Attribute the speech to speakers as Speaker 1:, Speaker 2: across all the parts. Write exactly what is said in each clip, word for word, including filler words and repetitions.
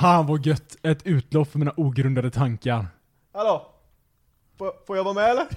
Speaker 1: Fan vad gött. Ett utlopp för mina ogrundade tankar.
Speaker 2: Hallå? Får, får jag vara med eller?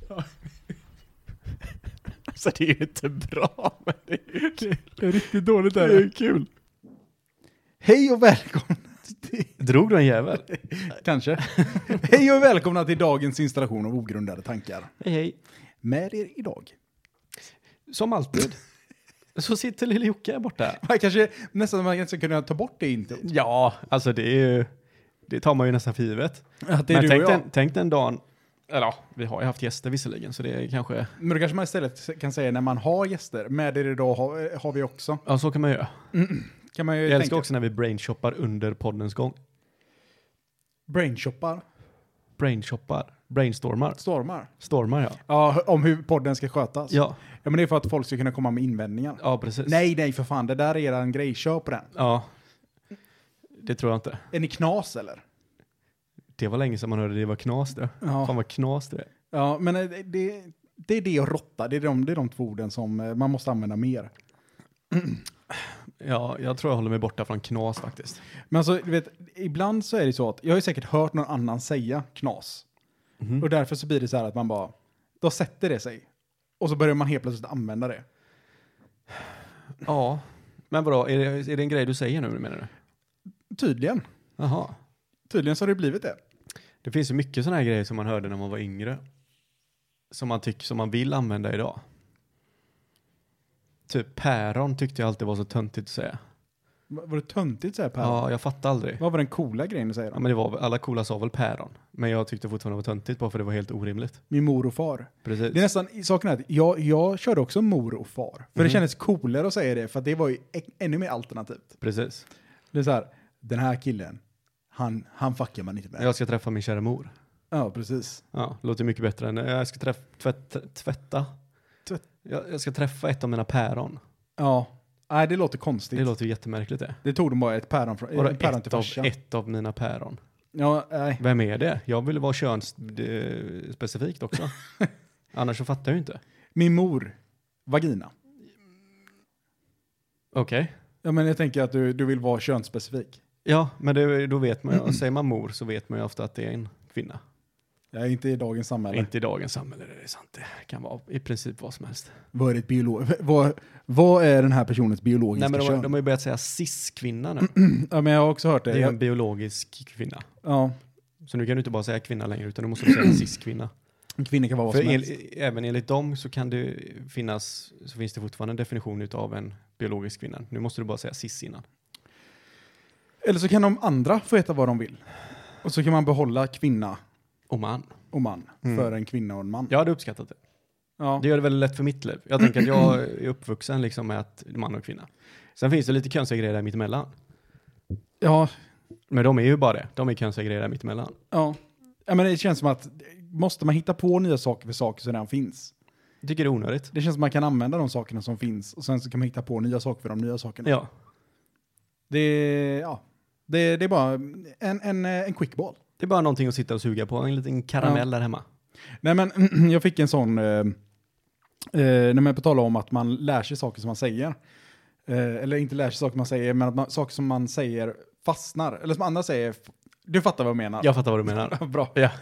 Speaker 2: Alltså det är ju inte bra, men det är ju
Speaker 1: Det, det är riktigt dåligt där.
Speaker 2: Det är ju kul.
Speaker 1: Hej och välkomna till...
Speaker 2: Drog du en jävel?
Speaker 1: Kanske. Hej och välkomna till dagens installation av ogrundade tankar.
Speaker 2: Hej hej.
Speaker 1: Med er idag.
Speaker 2: Som alltid. Så sitter lille Jocke här borta.
Speaker 1: Man kanske nästan man ska kunna ta bort det inte.
Speaker 2: Ja, alltså det är ju... Det tar man ju nästan för givet.
Speaker 1: Att det är
Speaker 2: Men
Speaker 1: du
Speaker 2: tänk
Speaker 1: och jag.
Speaker 2: den, tänk den dagen... Eller ja, vi har ju haft gäster visserligen, så det är kanske...
Speaker 1: Men då kanske man istället kan säga när man har gäster. Med er idag har, har vi också.
Speaker 2: Ja, så kan man göra.
Speaker 1: Mm. Kan man ju
Speaker 2: Jag älskar
Speaker 1: tänka.
Speaker 2: också när vi brainshoppar under poddens gång.
Speaker 1: Brainshoppar.
Speaker 2: Brainshoppar. Brainstormar.
Speaker 1: Stormar.
Speaker 2: Stormar, ja.
Speaker 1: Ja, om hur podden ska skötas.
Speaker 2: Ja,
Speaker 1: Ja, men det är för att folk ska kunna komma med invändningar.
Speaker 2: ja precis.
Speaker 1: Nej, nej för fan. Det där är en grej. Kör på den.
Speaker 2: Ja, det tror jag inte.
Speaker 1: Är ni knas eller?
Speaker 2: Det var länge sedan man hörde det var knas det.
Speaker 1: Ja.
Speaker 2: Fan vad knas det är.
Speaker 1: Ja, men det, det, det är det och råtta. Det är de, det är de två orden som eh, man måste använda mer.
Speaker 2: Ja, jag tror jag håller mig borta från knas faktiskt.
Speaker 1: Men alltså, du vet, ibland så är det så att jag har ju säkert hört någon annan säga knas.
Speaker 2: Mm.
Speaker 1: Och därför så blir det så här att man bara, då sätter det sig. Och så börjar man helt plötsligt använda det.
Speaker 2: Ja, men vadå? Är det, är det en grej du säger nu, menar du?
Speaker 1: Tydligen.
Speaker 2: Jaha.
Speaker 1: Tydligen så har det blivit det.
Speaker 2: Det finns ju mycket sådana här grejer som man hörde när man var yngre. Som man tycker, som man vill använda idag. Typ päron tyckte jag alltid var så töntigt att säga.
Speaker 1: Var var det töntigt så här, Per?
Speaker 2: Ja, jag fattar aldrig.
Speaker 1: Vad var den coola grejen du säger då?
Speaker 2: Ja, men det var, alla coola sa väl päron. Men jag tyckte fortfarande det var töntigt bara för det var helt orimligt.
Speaker 1: Min mor och far.
Speaker 2: Precis.
Speaker 1: Det är nästan, saken är att jag, jag körde också mor och far. För
Speaker 2: Mhm.
Speaker 1: det kändes coolare att säga det, för att det var ju ä- ännu mer alternativt.
Speaker 2: Precis.
Speaker 1: Det är så här, den här killen, han, han fuckar man inte med.
Speaker 2: Jag ska träffa min kära mor.
Speaker 1: Ja, precis.
Speaker 2: Ja, låter mycket bättre än jag ska träffa, tvätt, tvätta.
Speaker 1: Tvätt.
Speaker 2: Jag, jag ska träffa ett av mina päron.
Speaker 1: Ja, nej det låter konstigt.
Speaker 2: Det
Speaker 1: Det,
Speaker 2: låt ju jättemärkligt det.
Speaker 1: det tog de bara ett päron, från,
Speaker 2: Bara
Speaker 1: ett päron till
Speaker 2: ett, av,
Speaker 1: farsan.
Speaker 2: ett av mina päron.
Speaker 1: Ja, nej.
Speaker 2: Vem är det? Jag vill vara könsspecifikt också. Annars så fattar jag ju inte.
Speaker 1: Min mor, vagina.
Speaker 2: Okej.
Speaker 1: Ja, men jag tänker att du, du vill vara könsspecifik.
Speaker 2: Ja, men det, då vet man ju. Säger man mor så vet man ju ofta att det är en kvinna.
Speaker 1: Jag är inte i dagens samhälle.
Speaker 2: Inte i dagens samhälle, det är sant. Det kan vara i princip vad som helst.
Speaker 1: Vad är, ett biolog- vad, vad är den här personens biologiska
Speaker 2: Nej, men de,
Speaker 1: kön?
Speaker 2: de har ju börjat säga cis-kvinna nu.
Speaker 1: Ja, men jag har också hört det.
Speaker 2: Det är en
Speaker 1: Jag,
Speaker 2: biologisk kvinna.
Speaker 1: ja,
Speaker 2: Så nu kan du inte bara säga kvinna längre utan du måste säga cis-kvinna.
Speaker 1: en kvinna kan vara vad
Speaker 2: För
Speaker 1: som
Speaker 2: en,
Speaker 1: helst.
Speaker 2: även enligt dem så kan det finnas, så finns det fortfarande en definition av en biologisk kvinna. Nu måste du bara säga cis innan.
Speaker 1: Eller så kan de andra få veta vad de vill. Och så kan man behålla kvinna
Speaker 2: Och man.
Speaker 1: och man
Speaker 2: Mm.
Speaker 1: för en kvinna och en man.
Speaker 2: Jag hade uppskattat det.
Speaker 1: Ja.
Speaker 2: Det gör det väldigt lätt för mitt liv. Jag tänker att jag är uppvuxen liksom med att man och kvinna. Sen finns det lite könsiga där mittemellan.
Speaker 1: Ja,
Speaker 2: Men de är ju bara det. De är könsiga där mittemellan.
Speaker 1: ja. Ja, men det känns som att måste man hitta på nya saker för saker som redan finns.
Speaker 2: Jag tycker det är onödigt.
Speaker 1: Det känns som att man kan använda de sakerna som finns och sen så kan man hitta på nya saker för de nya sakerna.
Speaker 2: Ja.
Speaker 1: Det är, ja. Det, det är bara en, en, en quick ball.
Speaker 2: Det är bara någonting att sitta och suga på. En liten karamell
Speaker 1: Ja.
Speaker 2: där hemma.
Speaker 1: Nej, men jag fick en sån, eh, eh, när man på tala om att man lär sig saker som man säger. Eh, eller inte lär sig saker man säger, men att man, saker som man säger fastnar. Eller som andra säger, du fattar vad jag menar.
Speaker 2: Jag fattar vad du menar.
Speaker 1: Bra.
Speaker 2: Ja.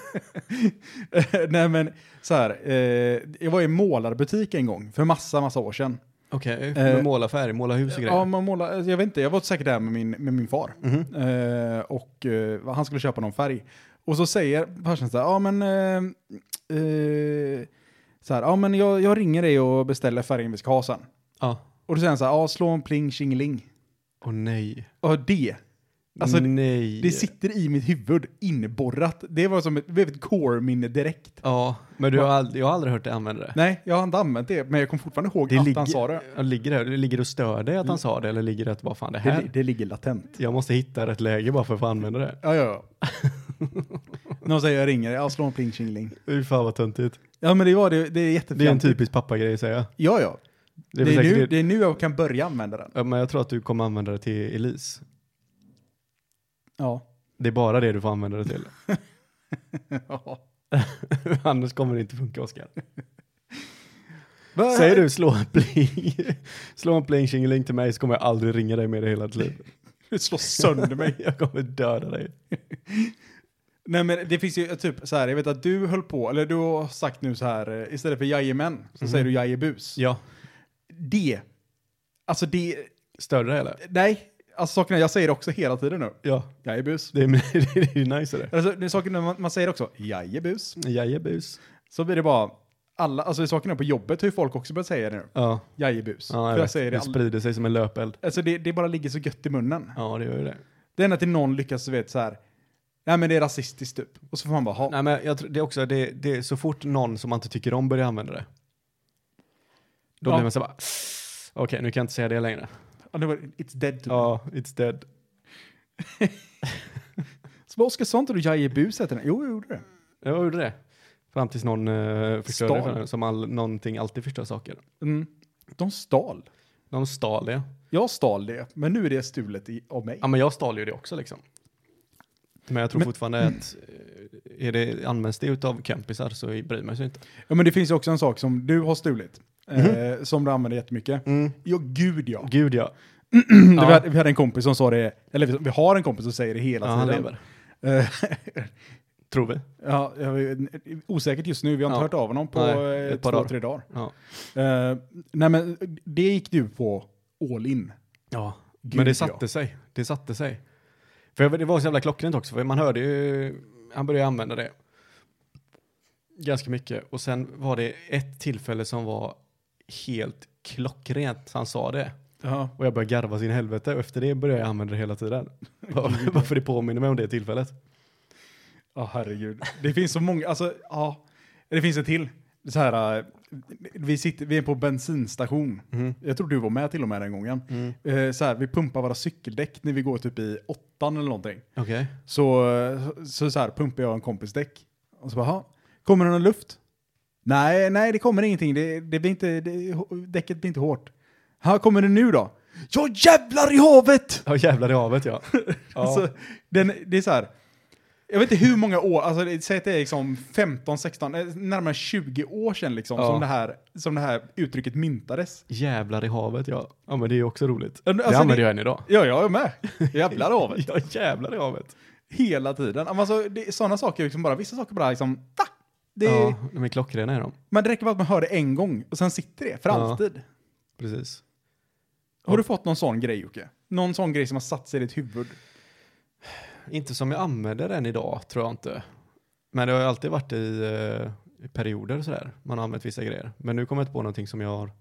Speaker 1: Nej, men så här, eh, jag var i en målarbutik en gång för massa, massa år sedan.
Speaker 2: Okej,
Speaker 1: Eh,
Speaker 2: okay. måla färg, måla hus och grejer.
Speaker 1: Ja, man målar, jag vet inte, jag var säkert där med min, med min far.
Speaker 2: Mhm.
Speaker 1: Eh, och eh, han skulle köpa någon färg. Och så säger farsan så här, ja men, eh, eh, så här, ja men jag, jag ringer dig och beställer färgen vi ska ha sen.
Speaker 2: Ja.
Speaker 1: Och då säger han så här, ja slå en pling tjingeling.
Speaker 2: Åh nej.
Speaker 1: Och det, alltså
Speaker 2: nej.
Speaker 1: det sitter i mitt huvud inborrat. Det var som ett, det blev ett core-minne direkt.
Speaker 2: Ja, men du har aldrig, jag har aldrig hört dig använda det.
Speaker 1: Nej, jag har inte använt det, men jag kommer fortfarande ihåg
Speaker 2: Det
Speaker 1: att
Speaker 2: ligger,
Speaker 1: han sa det.
Speaker 2: ja, ligger det, det ligger och stör dig att han sa det, eller ligger det att bara fan det
Speaker 1: Det,
Speaker 2: här?
Speaker 1: li- det ligger latent.
Speaker 2: Jag måste hitta rätt läge bara för att få använda det.
Speaker 1: Ja, ja, ja. Någon säger jag ringer, jag slår en pling tjingeling.
Speaker 2: Fy fan vad töntigt.
Speaker 1: Ja, men det var det, det är jättefjantigt.
Speaker 2: Det är en typisk pappagrej säger jag.
Speaker 1: Ja, ja.
Speaker 2: Det är,
Speaker 1: Det är,
Speaker 2: väl
Speaker 1: nu,
Speaker 2: säkert
Speaker 1: det är nu jag kan börja använda den.
Speaker 2: Ja, men jag tror att du kommer använda det till Elise.
Speaker 1: Ja.
Speaker 2: Det är bara det du får använda det till.
Speaker 1: Ja.
Speaker 2: Annars kommer det inte funka, Oskar.
Speaker 1: Va?
Speaker 2: Säger du slå en pling, slå en pling tjingeling till mig så kommer jag aldrig ringa dig med det hela ditt liv.
Speaker 1: Du slår sönder mig.
Speaker 2: Jag kommer döda dig.
Speaker 1: Nej, men det finns ju typ så här, jag vet att du höll på, eller du har sagt nu så här, eh, istället för jajamän så
Speaker 2: Mhm.
Speaker 1: säger du jajebus.
Speaker 2: Ja.
Speaker 1: Det, alltså det,
Speaker 2: Större eller?
Speaker 1: nej, alltså sakerna, jag säger det också hela tiden nu.
Speaker 2: Ja.
Speaker 1: Jajebus.
Speaker 2: Det är, det är nice det.
Speaker 1: Alltså, det är saker när man, man säger också jajebus.
Speaker 2: Jajebus.
Speaker 1: Så blir det bara, alla, alltså sakerna på jobbet har ju folk också börjat säga det nu.
Speaker 2: Ja.
Speaker 1: Jajebus.
Speaker 2: Ja,
Speaker 1: För
Speaker 2: jag
Speaker 1: jag
Speaker 2: vet.
Speaker 1: säger
Speaker 2: Det
Speaker 1: det, all,
Speaker 2: sprider sig som en löpeld.
Speaker 1: alltså det, det bara ligger så gött i munnen.
Speaker 2: Ja, det gör ju det.
Speaker 1: Det är när till någon lyckas, du vet så här, nej men det är rasistiskt typ. Och så får man bara ha.
Speaker 2: Nej, men jag tror det är också, det, det är så fort någon som man inte tycker om börjar använda det. Då
Speaker 1: Ja.
Speaker 2: blir man så bara, okej, nu kan jag inte säga det längre.
Speaker 1: Ja, det var, it's dead typ.
Speaker 2: Ja, it's dead.
Speaker 1: Så vad Oskar, sa inte du jajebus heter den? Jo, jag gjorde det.
Speaker 2: Jag gjorde det. Fram tills någon uh, förstörde
Speaker 1: Stal.
Speaker 2: för den, som all, någonting alltid förstör saker.
Speaker 1: Mm. De stal.
Speaker 2: De stal det.
Speaker 1: Jag stal det, men nu är det stulet i, av mig.
Speaker 2: Ja, men jag stal ju det också liksom. Men jag tror
Speaker 1: Men-
Speaker 2: fortfarande att eh, är det, används det utav kompisar så bryr man sig inte.
Speaker 1: Ja, men det finns ju också en sak som du har stulit.
Speaker 2: Mhm.
Speaker 1: Eh, som du använder jättemycket.
Speaker 2: Mm.
Speaker 1: Ja, gud ja.
Speaker 2: Gud ja.
Speaker 1: vi,
Speaker 2: Ja.
Speaker 1: hade, vi hade en kompis som sa det, eller vi, vi har en kompis som säger det hela
Speaker 2: Ja, han
Speaker 1: tiden.
Speaker 2: lever.
Speaker 1: Eh,
Speaker 2: Tror vi.
Speaker 1: ja, jag vet- osäkert just nu, vi har inte
Speaker 2: Ja.
Speaker 1: hört av honom på
Speaker 2: Nej,
Speaker 1: eh,
Speaker 2: ett par
Speaker 1: två,
Speaker 2: dagar.
Speaker 1: tre dagar.
Speaker 2: Ja.
Speaker 1: Eh, nej men det gick du på all in.
Speaker 2: Ja.
Speaker 1: Gud,
Speaker 2: Men det
Speaker 1: ja.
Speaker 2: satte sig. Det satte sig. För jag- det var så jävla klockrent också. För man hörde ju, han började använda det. Ganska mycket. Och sen var det ett tillfälle som var helt klockrent. Han sa det.
Speaker 1: Ja.
Speaker 2: Och jag började garva sin helvete. Och efter det började jag använda det hela tiden. Varför det påminner mig om det tillfället.
Speaker 1: Ja, herregud. Det finns så många, alltså, ja. Det finns en till. Så här, eh, vi, sitter, vi är på bensinstation.
Speaker 2: Mm.
Speaker 1: Jag tror du var med till och med den gången.
Speaker 2: Mm.
Speaker 1: Eh, så här, vi pumpar våra cykeldäck när vi går typ i åttan eller någonting.
Speaker 2: Okej.
Speaker 1: Så, eh, så, så här pumpar jag en kompis däck. Och så bara, "Ha, kommer det någon luft? Nej, nej, det kommer ingenting. Det, det blir inte, det, däcket blir inte hårt. Här kommer det nu då? Ja, jävlar i havet!
Speaker 2: Ja, jävlar i havet, ja. Ja.
Speaker 1: Alltså, den, det är så här. Jag vet inte hur många år, alltså det- säg att det är liksom femton, sexton, eh, närmare tjugo år sedan liksom
Speaker 2: Ja.
Speaker 1: som, det här, som det här uttrycket myntades.
Speaker 2: Jävlar i havet, ja. Ja, men det är ju också roligt.
Speaker 1: Alltså,
Speaker 2: det använder
Speaker 1: det-
Speaker 2: jag än idag.
Speaker 1: Ja, jag är med. Jävlar i havet.
Speaker 2: Ja, jävlar i havet.
Speaker 1: Hela tiden. Alltså, det, sådana saker, liksom bara, vissa saker bara liksom, ta, det,
Speaker 2: Ja, de är klockrena är de.
Speaker 1: men det räcker bara att man hör det en gång och sen sitter det för
Speaker 2: Ja.
Speaker 1: alltid.
Speaker 2: Precis.
Speaker 1: Har du fått någon sån grej, Jocke? Någon sån grej som har satt sig i ditt huvud?
Speaker 2: Inte som jag använder den idag, tror jag inte. Men det har ju alltid varit i, eh, i perioder och sådär. Man har använt vissa grejer. Men nu kommer jag inte på någonting som jag har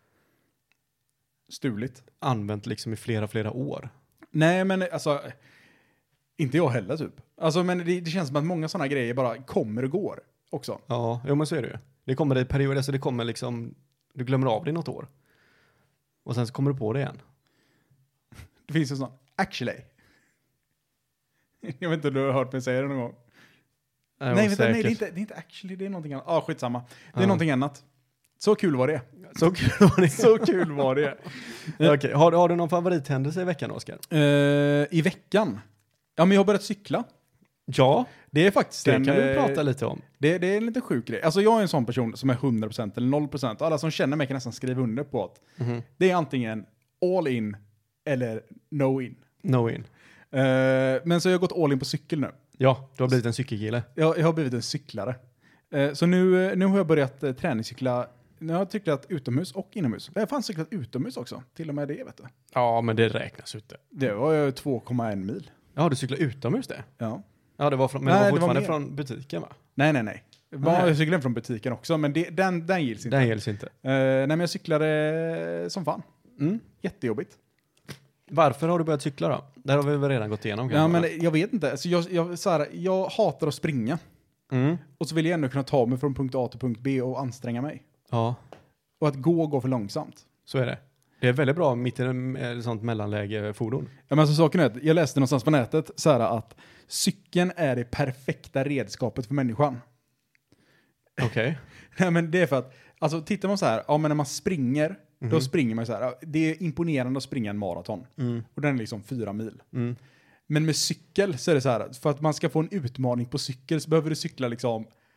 Speaker 1: Stuligt.
Speaker 2: använt liksom i flera, flera år.
Speaker 1: Nej, men alltså, inte jag heller typ. Alltså, men det, det känns som att många sådana grejer bara kommer och går också.
Speaker 2: Ja, jo, men så är det ju. Det kommer i perioder, så det kommer liksom, du glömmer av det i något år. Och sen så kommer du på det igen.
Speaker 1: Det finns ju sån, actually. Jag vet inte om du har hört mig säga det någon gång.
Speaker 2: Jag
Speaker 1: nej,
Speaker 2: var
Speaker 1: vänta, nej, det är,
Speaker 2: säkert.
Speaker 1: inte, det är inte actually, det är någonting annat. Ja, ah, skitsamma. Det är
Speaker 2: Ja.
Speaker 1: någonting annat. Så kul var det.
Speaker 2: Så kul var det.
Speaker 1: Så kul var det.
Speaker 2: Okej, har, har du någon favorithändelse i veckan, Oskar?
Speaker 1: Eh, I veckan? Ja, men jag har börjat cykla.
Speaker 2: Ja,
Speaker 1: Det är faktiskt
Speaker 2: det
Speaker 1: en,
Speaker 2: kan vi
Speaker 1: eh,
Speaker 2: prata lite om.
Speaker 1: Det, det är en lite sjuk grej. Alltså jag är en sån person som är hundra procent eller noll procent. Alla som känner mig kan nästan skriva under på att
Speaker 2: Mhm.
Speaker 1: det är antingen all in eller no in.
Speaker 2: No in.
Speaker 1: Eh, men så har jag gått all in på cykel nu.
Speaker 2: Ja, du har blivit en cykelkille.
Speaker 1: Jag, jag har blivit en cyklare. Eh, så nu, eh, nu har jag börjat eh, träningscykla. Nu har jag cyklat utomhus och inomhus. Jag har fan cyklat utomhus också. Till och med det, vet du.
Speaker 2: Ja, men det räknas ute.
Speaker 1: Det var ju två komma en mil.
Speaker 2: Ja, du cyklar utomhus det?
Speaker 1: Ja.
Speaker 2: Ja, det var från, men
Speaker 1: Nej,
Speaker 2: det
Speaker 1: det
Speaker 2: var
Speaker 1: var
Speaker 2: fortfarande
Speaker 1: mer.
Speaker 2: från butiken, va?
Speaker 1: Nej, nej, nej.
Speaker 2: Nej.
Speaker 1: Jag cyklade från butiken också, men det, den, den gills inte.
Speaker 2: Den gills inte.
Speaker 1: Eh, nej, men jag cyklade som fan.
Speaker 2: Mm.
Speaker 1: Jättejobbigt.
Speaker 2: Varför har du börjat cykla då? Där har vi väl redan gått igenom.
Speaker 1: Ja,
Speaker 2: kanske, va?
Speaker 1: men jag vet inte. Alltså, jag, jag, så här, jag hatar att springa.
Speaker 2: Mm.
Speaker 1: Och så vill jag ändå kunna ta mig från punkt A till punkt B och anstränga mig.
Speaker 2: Ja,
Speaker 1: Och att gå går för långsamt.
Speaker 2: så är det. Det är väldigt bra mitt i en eh, sånt mellanläge fordon.
Speaker 1: Ja, men alltså, saken är att jag läste någonstans på nätet så här, att cykeln är det perfekta redskapet för människan.
Speaker 2: Okej.
Speaker 1: Nej, men det är för att, alltså tittar man så här, ja men när man springer, då
Speaker 2: Mhm.
Speaker 1: springer man så här. ja, Det är imponerande att springa en maraton.
Speaker 2: Mm.
Speaker 1: Och den är liksom fyra mil.
Speaker 2: Mm.
Speaker 1: Men med cykel så är det så här, för att man ska få en utmaning på cykel så behöver du cykla liksom,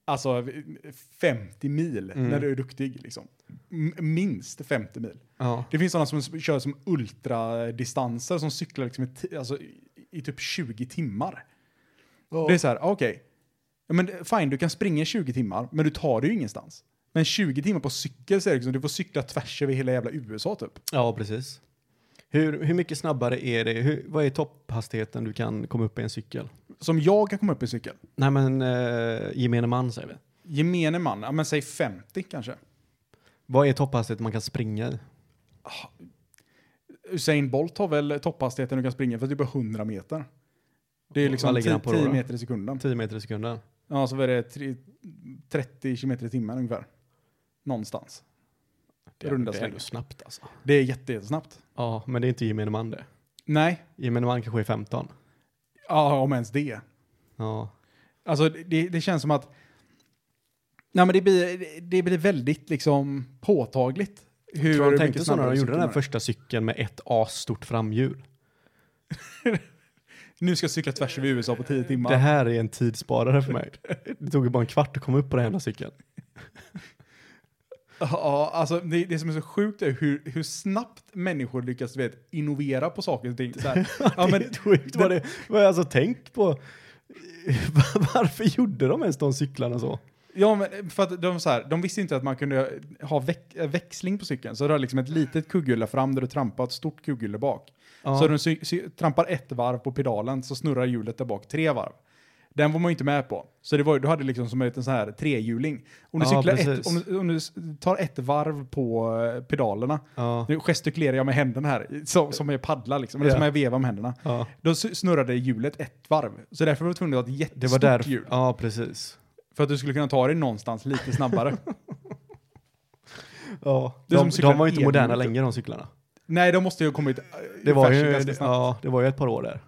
Speaker 1: Alltså femtio mil
Speaker 2: Mm.
Speaker 1: när du är duktig. Liksom. M- minst femtio mil.
Speaker 2: Ja.
Speaker 1: Det finns sådana som kör som ultradistanser som cyklar liksom i, t- alltså, i, i typ tjugo timmar. Det är så här, okej. Okay. Ja, men fine, du kan springa i tjugo timmar, men du tar det ju ingenstans. Men tjugo timmar på cykel så är det liksom, du får cykla tvärs över hela jävla U S A typ.
Speaker 2: Ja, precis. Hur, hur mycket snabbare är det? Hur, vad är topphastigheten du kan komma upp i en cykel?
Speaker 1: Som jag kan komma upp i cykel.
Speaker 2: Nej, men eh, gemene man säger vi.
Speaker 1: Gemene man, ja men säg femtio kanske.
Speaker 2: Vad är topphastigheten man kan springa i?
Speaker 1: Usain Bolt har väl topphastigheten du kan springa för typ hundra meter. Det är
Speaker 2: Vad
Speaker 1: liksom
Speaker 2: ligger han på då
Speaker 1: tio
Speaker 2: då?
Speaker 1: meter i sekunden.
Speaker 2: tio meter i sekunden.
Speaker 1: Ja, så är det tre- trettio kilometer i timmen ungefär. Någonstans.
Speaker 2: Det är,
Speaker 1: Runda
Speaker 2: det är
Speaker 1: slängar.
Speaker 2: ändå snabbt alltså.
Speaker 1: Det är jätte, jättesnabbt.
Speaker 2: Ja, men det är inte gemene man det.
Speaker 1: Nej,
Speaker 2: Gemene man kanske är femton.
Speaker 1: ja, om ens det.
Speaker 2: Ja.
Speaker 1: Alltså det, det känns som att nej, men det, blir, det blir väldigt liksom påtagligt. Hur
Speaker 2: Tror de
Speaker 1: mycket
Speaker 2: tänkte så när
Speaker 1: snabbare
Speaker 2: de gjorde den här
Speaker 1: cykeln är.
Speaker 2: första cykeln med ett as-stort framhjul?
Speaker 1: Nu ska jag cykla tvärs över U S A på tio timmar.
Speaker 2: Det här är en tidssparare för mig. Det tog ju bara en kvart att komma upp på den här cykeln.
Speaker 1: Ja, alltså det, det som är så sjukt är hur, hur snabbt människor lyckas vet, innovera på saker och ting. Så här, ja,
Speaker 2: det
Speaker 1: men,
Speaker 2: är sjukt. Vad det, vad jag alltså tänkt på. Varför gjorde de ens de cyklarna så?
Speaker 1: ja, men för att de, så här, de visste inte att man kunde ha väx, växling på cykeln. Så du har liksom ett litet kugghjul fram där du trampar ett stort kugghjul bak.
Speaker 2: Ja.
Speaker 1: Så du sy, sy, trampar ett varv på pedalen så snurrar hjulet där bak tre varv. Den var man ju inte med på. Så det var, du hade liksom som en sån här trehjuling. Om du,
Speaker 2: Ja,
Speaker 1: cyklar
Speaker 2: precis.
Speaker 1: ett, om, du- om du s- tar ett varv på eh, pedalerna.
Speaker 2: Ja.
Speaker 1: Nu gestikulerar jag med händerna här. Som, som jag paddlar liksom. Eller
Speaker 2: Ja.
Speaker 1: som jag vevar med händerna.
Speaker 2: Ja.
Speaker 1: Då s- snurrade hjulet ett varv. Så därför var du tvungen att ha ett
Speaker 2: Det
Speaker 1: jättestort
Speaker 2: var där.
Speaker 1: hjul.
Speaker 2: Ja, precis.
Speaker 1: För att du skulle kunna ta dig någonstans lite snabbare.
Speaker 2: Ja.
Speaker 1: Det är som
Speaker 2: De,
Speaker 1: cyklar
Speaker 2: de var ju inte moderna
Speaker 1: enhjuligt.
Speaker 2: länge, de cyklarna.
Speaker 1: Nej, de måste ju ha kommit eh,
Speaker 2: Det var,
Speaker 1: fashion
Speaker 2: ju,
Speaker 1: ganska
Speaker 2: det,
Speaker 1: snabbt.
Speaker 2: ja, det var ju ett par år där.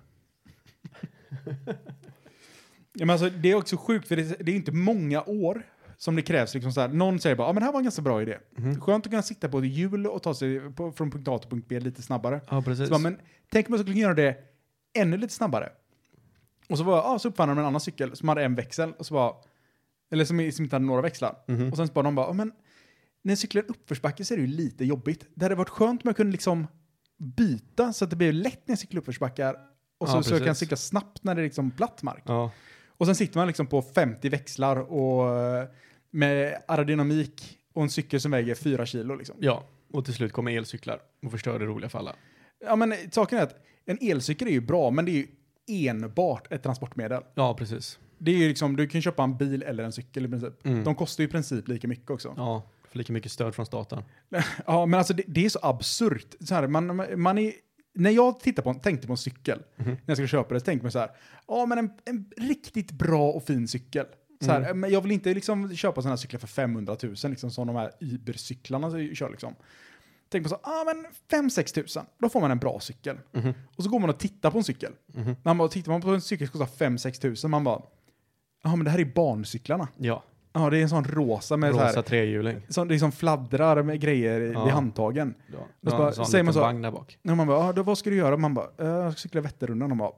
Speaker 1: Ja, men alltså, det är också sjukt, för det, det är inte många år som det krävs. Liksom så här, någon säger bara, ja men det här var en ganska bra idé.
Speaker 2: Mhm.
Speaker 1: Skönt att kunna sitta på ett hjul och ta sig på, från punkt A till punkt B lite snabbare.
Speaker 2: Ja, precis.
Speaker 1: Så bara, men tänk om jag skulle kunna göra det ännu lite snabbare. Och så, var, ja, så uppfann de en annan cykel som hade en växel. Och så bara, eller som, som inte hade några växlar.
Speaker 2: Mhm.
Speaker 1: Och sen så bara de bara, ja, men när jag cyklar en uppförsbacke så är det ju lite jobbigt. Det hade varit skönt om jag kunde liksom byta så att det blir lätt när jag cyklar uppförsbackar. Och så,
Speaker 2: Ja,
Speaker 1: så jag kan
Speaker 2: precis.
Speaker 1: cykla snabbt när det är liksom platt mark.
Speaker 2: Ja.
Speaker 1: Och sen sitter man liksom på femtio växlar och eh, med aerodynamik och en cykel som väger fyra kilo liksom.
Speaker 2: ja, och till slut kommer elcyklar och förstör det roliga för alla.
Speaker 1: Ja, men saken är att en elcykel är ju bra, men det är ju enbart ett transportmedel.
Speaker 2: Ja, precis.
Speaker 1: Det är ju liksom, du kan köpa en bil eller en cykel i princip.
Speaker 2: Mm.
Speaker 1: De kostar ju i princip lika mycket också.
Speaker 2: Ja, för lika mycket stöd från staten.
Speaker 1: Ja, men alltså det, det är så absurt. Så här, man, man är, när jag tittar på, tänkte på en cykel,
Speaker 2: Mhm.
Speaker 1: när jag skulle köpa det, så tänkte man så här, ja men en, en riktigt bra och fin cykel. Så här,
Speaker 2: Mm.
Speaker 1: men jag vill inte liksom köpa sådana här cyklar för femhundratusen, liksom som de här Uber-cyklarna som kör liksom. Tänk på så, ja ah, men fem sex tusen, då får man en bra cykel.
Speaker 2: Mhm.
Speaker 1: Och så går man och tittar på en cykel.
Speaker 2: Mhm.
Speaker 1: Man bara, tittar man på en cykel som kostar fem sex tusen, man bara, ja men det här är barncyklarna.
Speaker 2: Ja,
Speaker 1: Ja, det är en sån rosa med så
Speaker 2: rosa
Speaker 1: här,
Speaker 2: trehjuling.
Speaker 1: som det liksom fladdrar med grejer i-
Speaker 2: Ja.
Speaker 1: vid handtagen.
Speaker 2: Ja,
Speaker 1: Och
Speaker 2: det
Speaker 1: så
Speaker 2: var
Speaker 1: bara,
Speaker 2: en sån
Speaker 1: säger man
Speaker 2: liten
Speaker 1: så-
Speaker 2: vagn där bak.
Speaker 1: När man bara, ah, då, vad ska du göra? Man bara, "Eh, jag ska cykla Vätternrundan. Och bara,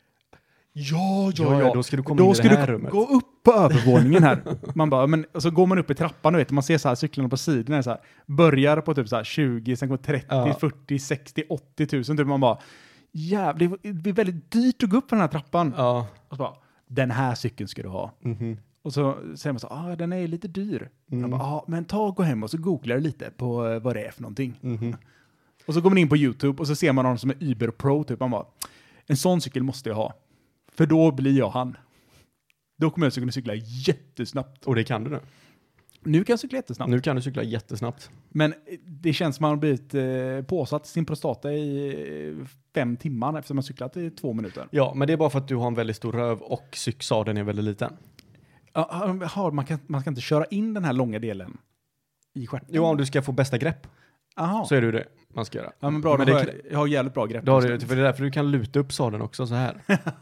Speaker 1: ja, ja,
Speaker 2: Ja,
Speaker 1: ja.
Speaker 2: ja, då ska du komma in
Speaker 1: Då
Speaker 2: i
Speaker 1: ska
Speaker 2: det här
Speaker 1: du
Speaker 2: rummet.
Speaker 1: gå upp på övervåningen här. Man bara, men och så går man upp i trappan, du vet, man ser så här cyklarna på sidorna så här, börjar på typ så här tjugo, sen går trettio,
Speaker 2: Ja.
Speaker 1: fyrtio, sextio, åttio tusen. Typ man bara, jävlar, det blir väldigt dyrt att gå upp på den här trappan.
Speaker 2: Ja.
Speaker 1: Och så bara, den här cykeln ska du ha.
Speaker 2: Mhm.
Speaker 1: Och så säger man så, ah, den är lite dyr.
Speaker 2: Mm.
Speaker 1: Man bara, ah, men ta och gå hem och så googlar du lite på eh, vad det är för någonting.
Speaker 2: Mhm.
Speaker 1: Och så går man in på YouTube och så ser man någon som är Uber Pro typ. Man bara, en sån cykel måste jag ha. För då blir jag han. Då kommer jag att kunna cykla jättesnabbt.
Speaker 2: Och det kan du nu.
Speaker 1: Nu kan jag cykla jättesnabbt.
Speaker 2: Nu kan du cykla jättesnabbt.
Speaker 1: Men det känns som att man har blivit eh, påsatt sin prostata i eh, fem timmar efter man cyklat i två minuter.
Speaker 2: Ja, men det är bara för att du har en väldigt stor röv och cykelsadeln är väldigt liten.
Speaker 1: Ja, har- man, kan, man ska inte köra in den här långa delen i stjärten.
Speaker 2: Jo, om du ska få bästa grepp
Speaker 1: Aha.
Speaker 2: så är det ju det man ska göra.
Speaker 1: Ja, men bra,
Speaker 2: Men
Speaker 1: då
Speaker 2: det
Speaker 1: har
Speaker 2: är-
Speaker 1: jag, jag har jävligt bra grepp.
Speaker 2: Då har du, för det är därför du kan luta upp sadeln också så här.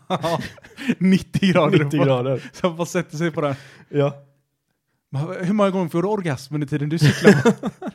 Speaker 1: nittio grader.
Speaker 2: nittio grader.
Speaker 1: Så man bara sätter sig på den.
Speaker 2: Ja.
Speaker 1: Hur många gånger får du orgasm under tiden du cyklar?